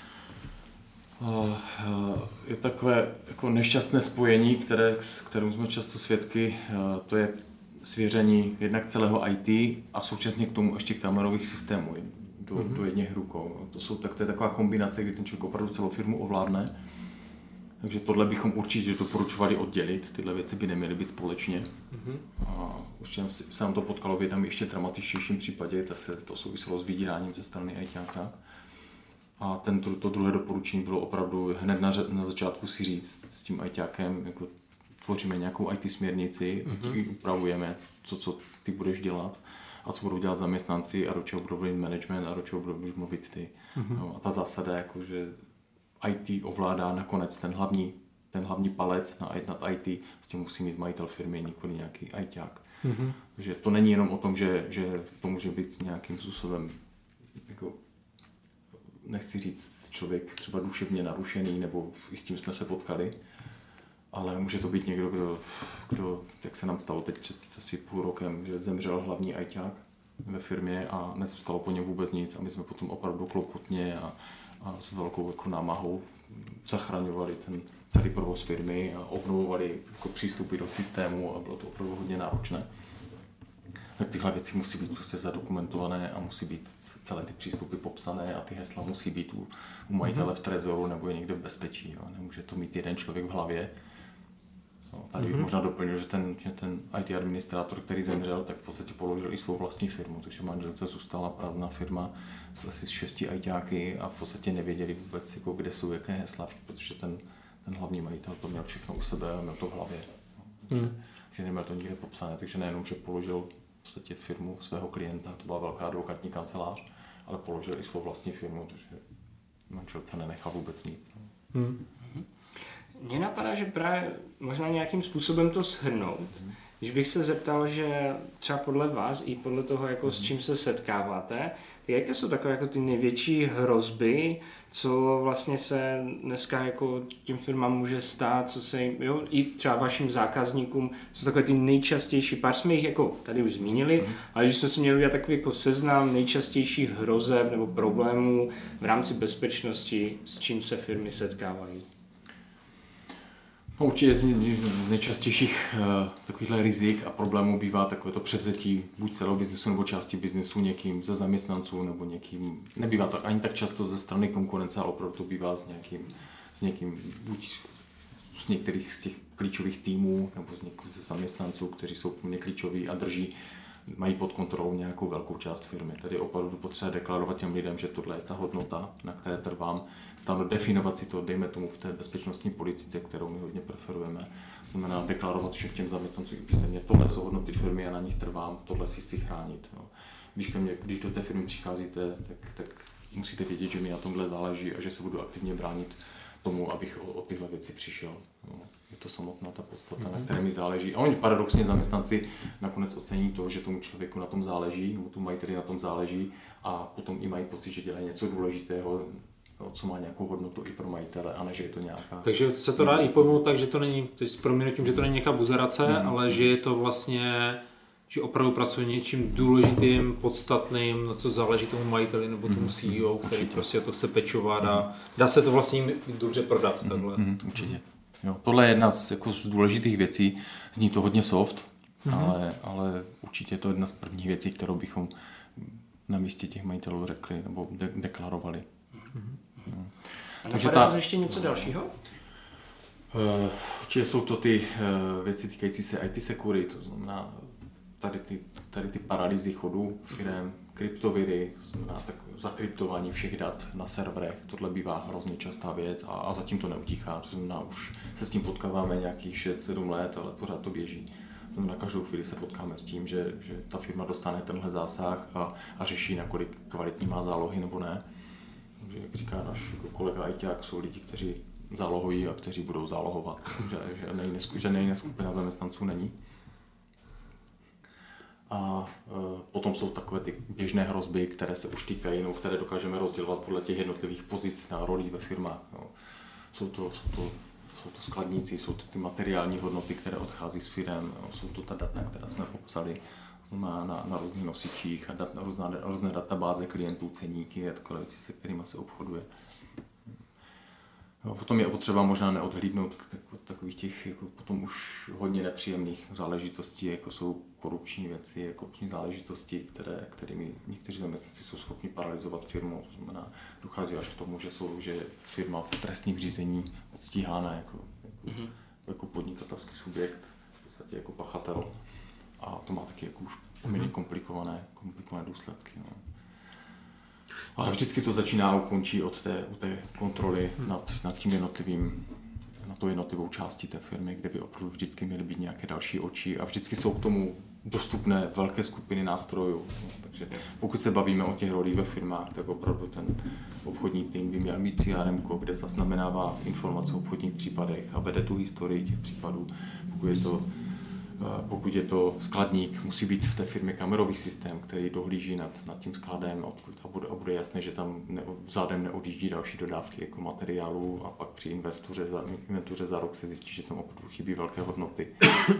Je takové jako nešťastné spojení, které, kterým jsme často svědky, to je svěření jednak celého í té a současně k tomu ještě kamerových systémů do, mm-hmm. do jedněch rukou. To, jsou, tak, to je taková kombinace, kdy ten člověk opravdu celou firmu ovládne. Takže tohle bychom určitě doporučovali oddělit, tyhle věci by neměly být společně. Mm-hmm. A už se nám to potkalo v jednom ještě dramatičtějším případě, to, se, to souviselo s vydíráním ze strany ajťáka. A ten, to, to druhé doporučení bylo opravdu hned na, na začátku si říct s tím ajťákem, jako tvoříme nějakou í té směrnici, mm-hmm. ti upravujeme, co, co ty budeš dělat a co budou dělat zaměstnanci a do čeho budou mluvit management a do čeho budou mluvit ty. Mm-hmm. No, a ta zásada, jako, že í té ovládá nakonec ten hlavní, ten hlavní palec na, nad í té, s tím musí mít majitel firmy, nikoli nějaký ajťák. Mm-hmm. Takže to není jenom o tom, že, že to může být nějakým způsobem jako, nechci říct člověk třeba duševně narušený, nebo i s tím jsme se potkali, ale může to být někdo, kdo, kdo jak se nám stalo teď před asi půl rokem, že zemřel hlavní ajťák ve firmě a nezůstalo po něm vůbec nic a my jsme potom opravdu klopotně a, a s velkou jako námahou zachraňovali ten celý provoz firmy a obnovovali jako přístupy do systému a bylo to opravdu hodně náročné. Tak tyhle věci musí být prostě zadokumentované a musí být celé ty přístupy popsané a ty hesla musí být u, u majitele v trezoru nebo někde v bezpečí. Jo. Nemůže to mít jeden člověk v hlavě. No, tady bych mm-hmm. možná doplnil, že ten, že ten í té administrátor, který zemřel, tak v podstatě položil i svou vlastní firmu, takže manželce zůstala prázdná firma s asi s šesti ajťáky a v podstatě nevěděli vůbec, jako, kde jsou jaké hesla, protože ten, ten hlavní majitel to měl všechno u sebe a měl to v hlavě. No, takže, mm. že neměl to nikde popsané, takže nejenom, že položil v podstatě firmu svého klienta, to byla velká advokátní kancelář, ale položil i svou vlastní firmu, takže manželce nenechal vůbec nic. No. Hmm. Mně napadá, že právě možná nějakým způsobem to shrnout, hmm. když bych se zeptal, že třeba podle vás i podle toho, jako hmm. s čím se setkáváte, jaké jsou takové jako ty největší hrozby, co vlastně se dneska jako těm firmám může stát, co se jim, jo, i třeba vašim zákazníkům, jsou takové ty nejčastější, pár jsme jich jako tady už zmínili, mm. ale když jsme si měli udělat takový jako seznam nejčastějších hrozeb nebo problémů v rámci bezpečnosti, s čím se firmy setkávají. No, určitě z nejčastějších uh, takovýchhle rizik a problémů bývá takové to převzetí buď celého biznesu nebo části biznesu někým ze zaměstnanců nebo někým, nebývá to ani tak často ze strany konkurence, ale opravdu to bývá s nějakým, s někým, buď z některých z těch klíčových týmů nebo z některých ze zaměstnanců, kteří jsou poměrně klíčoví a drží, mají pod kontrolou nějakou velkou část firmy. Tady opravdu potřeba deklarovat těm lidem, že tohle je ta hodnota, na které trvám. Stále definovat si to, dejme tomu v té bezpečnostní politice, kterou my hodně preferujeme. Znamená deklarovat všem těm zaměstnancům i písemně, tohle jsou hodnoty firmy, já na nich trvám, tohle si chci chránit. Jo. Když, ke mně, když do té firmy přicházíte, tak, tak musíte vědět, že mi na tomhle záleží a že se budu aktivně bránit tomu, abych o, o tyhle věci přišel. No, je to samotná ta podstata, mm-hmm. na které mi záleží. A oni paradoxně zaměstnanci nakonec ocení to, že tomu člověku na tom záleží, nebo tu majiteli na tom záleží a potom i mají pocit, že dělají něco důležitého, no, co má nějakou hodnotu i pro majitele, a ne, že je to nějaká... Takže se to dá i pojmout tak, že to není, teď s proměnutím, že to není nějaká buzerace, mm-hmm. ale že je to vlastně, že opravdu pracuje něčím důležitým, podstatným, na co záleží tomu majiteli nebo tomu C E O, který určitě. Prostě to chce pečovat a dá se to vlastně dobře prodat mm, takhle. Mm, určitě. Jo, tohle je jedna z, jako z důležitých věcí, zní to hodně soft, mm-hmm. ale, ale určitě je to jedna z prvních věcí, kterou bychom na místě těch majitelů řekli nebo de- deklarovali. Mm-hmm. No. A takže napadá ta... ještě něco dalšího? Uh, určitě jsou to ty uh, věci týkající se I T security, to znamená tady ty, tady ty paralýzy chodu firem, kryptoviry, znamená tak zakryptování všech dat na serverech. Tohle bývá hrozně častá věc a, a zatím to neutíchá. To znamená, už se s tím potkáváme nějakých šest sedm let, ale pořád to běží. Znamená, každou chvíli se potkáme s tím, že, že ta firma dostane tenhle zásah a, a řeší, nakolik kvalitní má zálohy nebo ne. Takže, jak říká náš kolega ajťák, jsou lidi, kteří zálohují a kteří budou zálohovat. Že, že, že nejná skupina zaměstnanců není. A e, potom jsou takové ty běžné hrozby, které se už týkají, no, které dokážeme rozdělovat podle těch jednotlivých pozic na rolí ve firmách. No. Jsou, to, jsou, to, jsou to skladníci, jsou to ty materiální hodnoty, které odchází z firem, no. Jsou to ta data, která jsme popsali na, na, na různých nosičích a dat, na různá, různé databáze klientů, ceníky a takové věci, se kterými se obchoduje. No, potom je potřeba možná neodhlídnout od takových těch jako potom už hodně nepříjemných záležitostí, jako jsou korupční věci, jako korupční záležitosti, které, kterými někteří zaměstnanci jsou schopni paralyzovat firmu. To znamená, dochází až k tomu, že jsou, že firma v trestním řízení odstíhána jako, jako, mm-hmm. jako podnikatelský subjekt, v podstatě jako pachatel. A to má taky jako už poměrně komplikované, komplikované důsledky. No. Ale vždycky to začíná a ukončí od té, od té kontroly nad, nad tím jednotlivým, na tou jednotlivou částí té firmy, kde by opravdu vždycky měly být nějaké další oči a vždycky jsou k tomu dostupné velké skupiny nástrojů. No, takže pokud se bavíme o těch rolích ve firmách, tak opravdu ten obchodní tým by měl mít C R M, kde zaznamenává informace o obchodních případech a vede tu historii těch případů. Pokud je to Pokud je to skladník, musí být v té firmě kamerový systém, který dohlíží nad, nad tím skladem a bude, a bude jasné, že tam ne, vzádem neodjíždí další dodávky jako materiálu a pak při inventuře za, inventuře za rok se zjistí, že tam opravdu chybí velké hodnoty.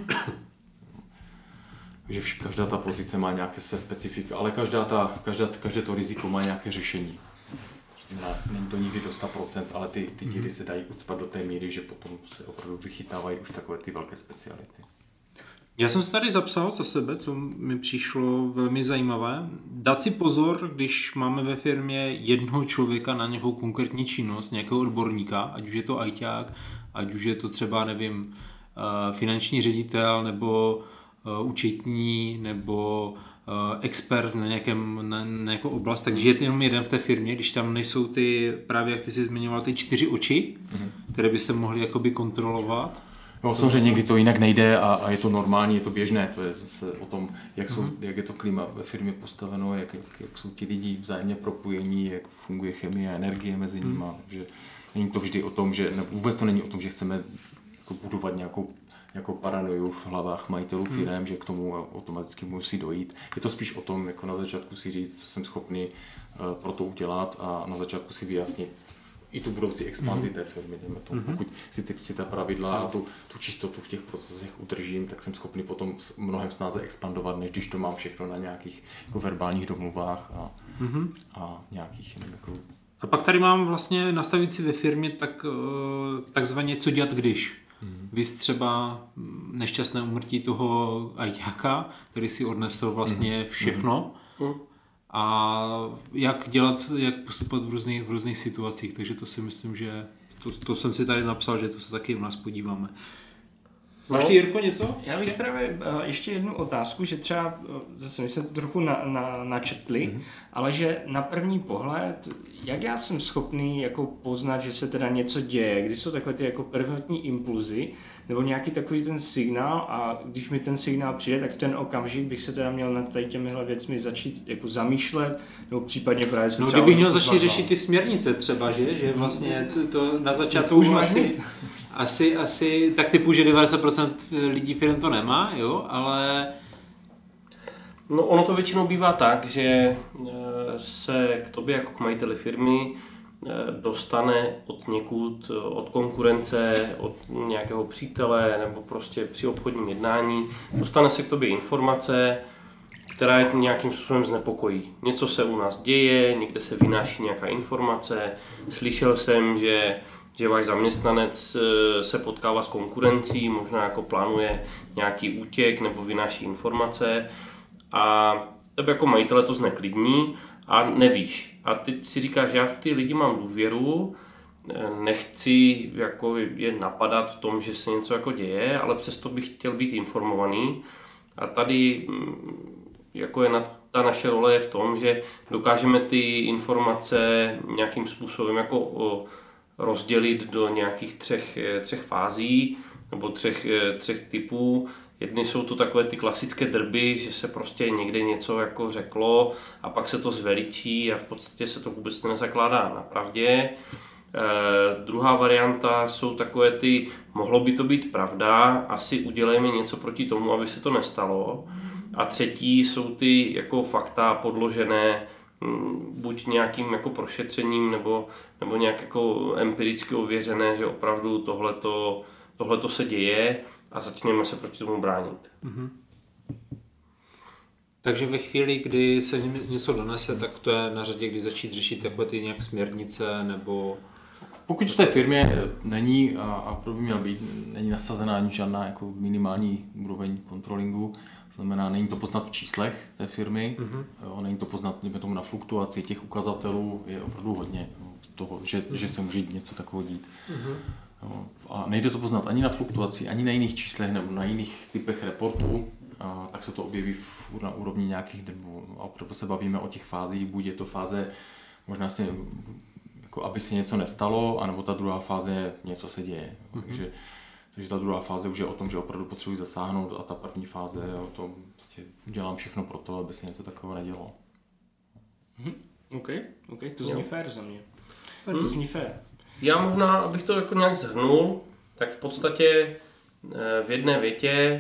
Takže každá ta pozice má nějaké své specifika, ale každá ta, každá, každé to riziko má nějaké řešení. Není to nikdy do sto procent, ale ty, ty díry se dají ucpat do té míry, že potom se opravdu vychytávají už takové ty velké speciality. Já jsem si tady zapsal za sebe, co mi přišlo velmi zajímavé. Dát si pozor, když máme ve firmě jednoho člověka na nějakou konkrétní činnost, nějakého odborníka, ať už je to ajťák, ať už je to třeba, nevím, finanční ředitel, nebo účetní, nebo expert na, nějakém, na nějakou oblast, takže je jenom jeden v té firmě, když tam nejsou ty, právě jak ty jsi zmiňoval, ty čtyři oči, mm-hmm. které by se mohly jakoby kontrolovat. No, samozřejmě někdy to jinak nejde a, a je to normální, je to běžné, to je zase o tom, jak, jsou, mm-hmm. jak je to klima ve firmě postaveno, jak, jak, jak jsou ti lidi vzájemně propojení, jak funguje chemie a energie mezi nimi, mm-hmm. že není to vždy o tom, že ne, vůbec to není o tom, že chceme jako budovat nějakou, nějakou paranoju v hlavách majitelů firem, mm-hmm. že k tomu automaticky musí dojít. Je to spíš o tom, jako na začátku si říct, co jsem schopný uh, pro to udělat a na začátku si vyjasnit i tu budoucí expanzi mm-hmm. té firmy. Tomu. Mm-hmm. Pokud si, ty, si ta pravidla a tu, tu čistotu v těch procesech udržím, tak jsem schopný potom mnohem snáze expandovat, než když to mám všechno na nějakých jako verbálních domluvách a, mm-hmm. a nějakých nevím, jako... A pak tady mám vlastně nastavit si ve firmě tak, takzvaně co dělat když. Hmm. Víš třeba nešťastné úmrtí toho ajťáka, který si odnesl vlastně všechno. Hmm. A jak dělat, jak postupovat v různých, v různých situacích. Takže to si myslím, že to, to jsem si tady napsal, že to se taky u nás podíváme. Máš ty, Jirko, něco? Já bych právě uh, ještě jednu otázku, že třeba, uh, zase my jsme to trochu na, na, načetli, mm-hmm. ale že na první pohled, jak já jsem schopný jako poznat, že se teda něco děje, kdy jsou takové ty jako prvotní impulzy, nebo nějaký takový ten signál a když mi ten signál přijde, tak v ten okamžik bych se teda měl nad tady těmihle věcmi začít jako zamýšlet, nebo případně právě se no, třeba... No kdybych měl začít řešit ty směrnice třeba, že? Že vlastně to, to na začátku to už asi, asi, asi, tak typu, že devadesát procent lidí firm to nemá, jo, ale... No ono to většinou bývá tak, že se k tobě jako k majiteli firmy dostane od někud, od konkurence, od nějakého přítele nebo prostě při obchodním jednání, dostane se k tobě informace, která je nějakým způsobem znepokojí. Něco se u nás děje, někde se vynáší nějaká informace, slyšel jsem, že, že váš zaměstnanec se potkává s konkurencí, možná jako plánuje nějaký útěk nebo vynáší informace a tebe jako majitele to zneklidní a nevíš. A ty si říkáš, že já v ty lidi mám důvěru, nechci jako je napadat v tom, že se něco jako děje, ale přesto bych chtěl být informovaný. A tady jako je na, ta naše role je v tom, že dokážeme ty informace nějakým způsobem jako o, rozdělit do nějakých třech, třech fází nebo třech, třech typů. Jedny jsou to takové ty klasické drby, že se prostě někde něco jako řeklo a pak se to zveličí a v podstatě se to vůbec nezakládá na pravdě. E, druhá varianta jsou takové ty, mohlo by to být pravda, asi udělejme něco proti tomu, aby se to nestalo. A třetí jsou ty jako fakta podložené buď nějakým jako prošetřením nebo, nebo nějak jako empiricky ověřené, že opravdu tohleto, tohleto se děje. A začneme se proti tomu bránit. Mm-hmm. Takže ve chvíli, kdy se něco donese, tak to je na řadě, kdy začít řešit takové ty nějak směrnice nebo... Pokud v té firmě není, a by měl být, není nasazená ani žádná jako minimální úroveň kontrolingu, znamená, není to poznat v číslech té firmy, mm-hmm. jo, není to poznat tomu na fluktuaci těch ukazatelů, je opravdu hodně toho, že, mm-hmm. že se může něco takového dít. Mm-hmm. Jo, a nejde to poznat ani na fluktuaci, ani na jiných číslech nebo na jiných typech reportů, a tak se to objeví v, na úrovni nějakých drbů. A proto se bavíme o těch fázích, buď je to fáze, možná si, jako aby se něco nestalo, anebo ta druhá fáze něco se děje. Mm-hmm. Takže, takže ta druhá fáze už je o tom, že opravdu potřebuji zasáhnout a ta první fáze je o tom, že udělám všechno pro to, aby se něco takového nedělo. Mm-hmm. OK, OK, to zní fér za mě. Mm. To zní fér. Já možná, abych to jako nějak shrnul, tak v podstatě v jedné větě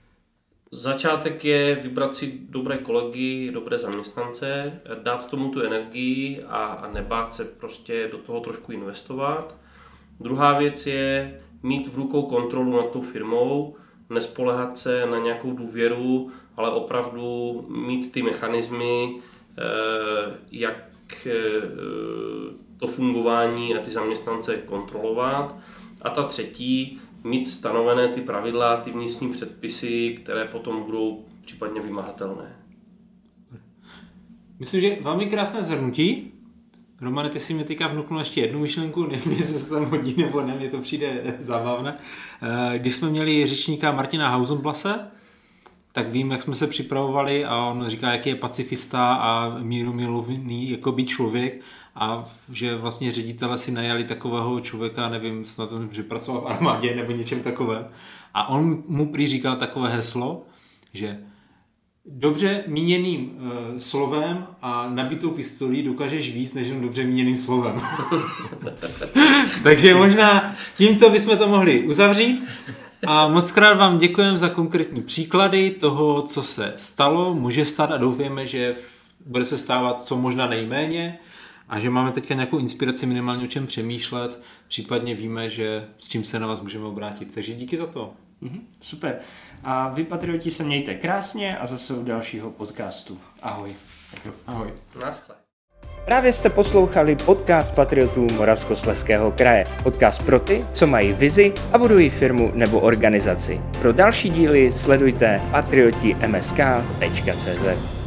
začátek je vybrat si dobré kolegy, dobré zaměstnance, dát tomu tu energii a, a nebát se prostě do toho trošku investovat. Druhá věc je mít v rukou kontrolu nad tou firmou, nespoléhat se na nějakou důvěru, ale opravdu mít ty mechanismy, jak to fungování a ty zaměstnance kontrolovat. A ta třetí, mít stanovené ty pravidla, ty vnitřní předpisy, které potom budou případně vymahatelné. Myslím, že velmi krásné shrnutí. Romane, ty si mi teďka vnuknul ještě jednu myšlenku, nevím, jestli se tam hodí nebo ne, mně to přijde zábavné. Když jsme měli řečníka Martina Hausenblase, tak vím, jak jsme se připravovali a on říká, jaký je pacifista a mírumilovný jako být člověk a že vlastně ředitele si najali takového člověka, nevím, snad tom, že pracoval v armádě nebo něčem takovém. A on mu prý říkal takové heslo, že dobře míněným e, slovem a nabitou pistolí dokážeš víc, než jen dobře míněným slovem. Takže možná tímto bychom to mohli uzavřít. A moc krát vám děkujeme za konkrétní příklady toho, co se stalo, může stát a doufujeme, že bude se stávat co možná nejméně a že máme teďka nějakou inspiraci minimálně o čem přemýšlet, případně víme, že s čím se na vás můžeme obrátit. Takže díky za to. Mhm, super. A vy, patrioti, se mějte krásně a zase u dalšího podcastu. Ahoj. Ahoj. Naschle. Právě jste poslouchali podcast Patriotů Moravskoslezského kraje. Podcast pro ty, co mají vizi a budují firmu nebo organizaci. Pro další díly sledujte patrioti m s k tečka c z.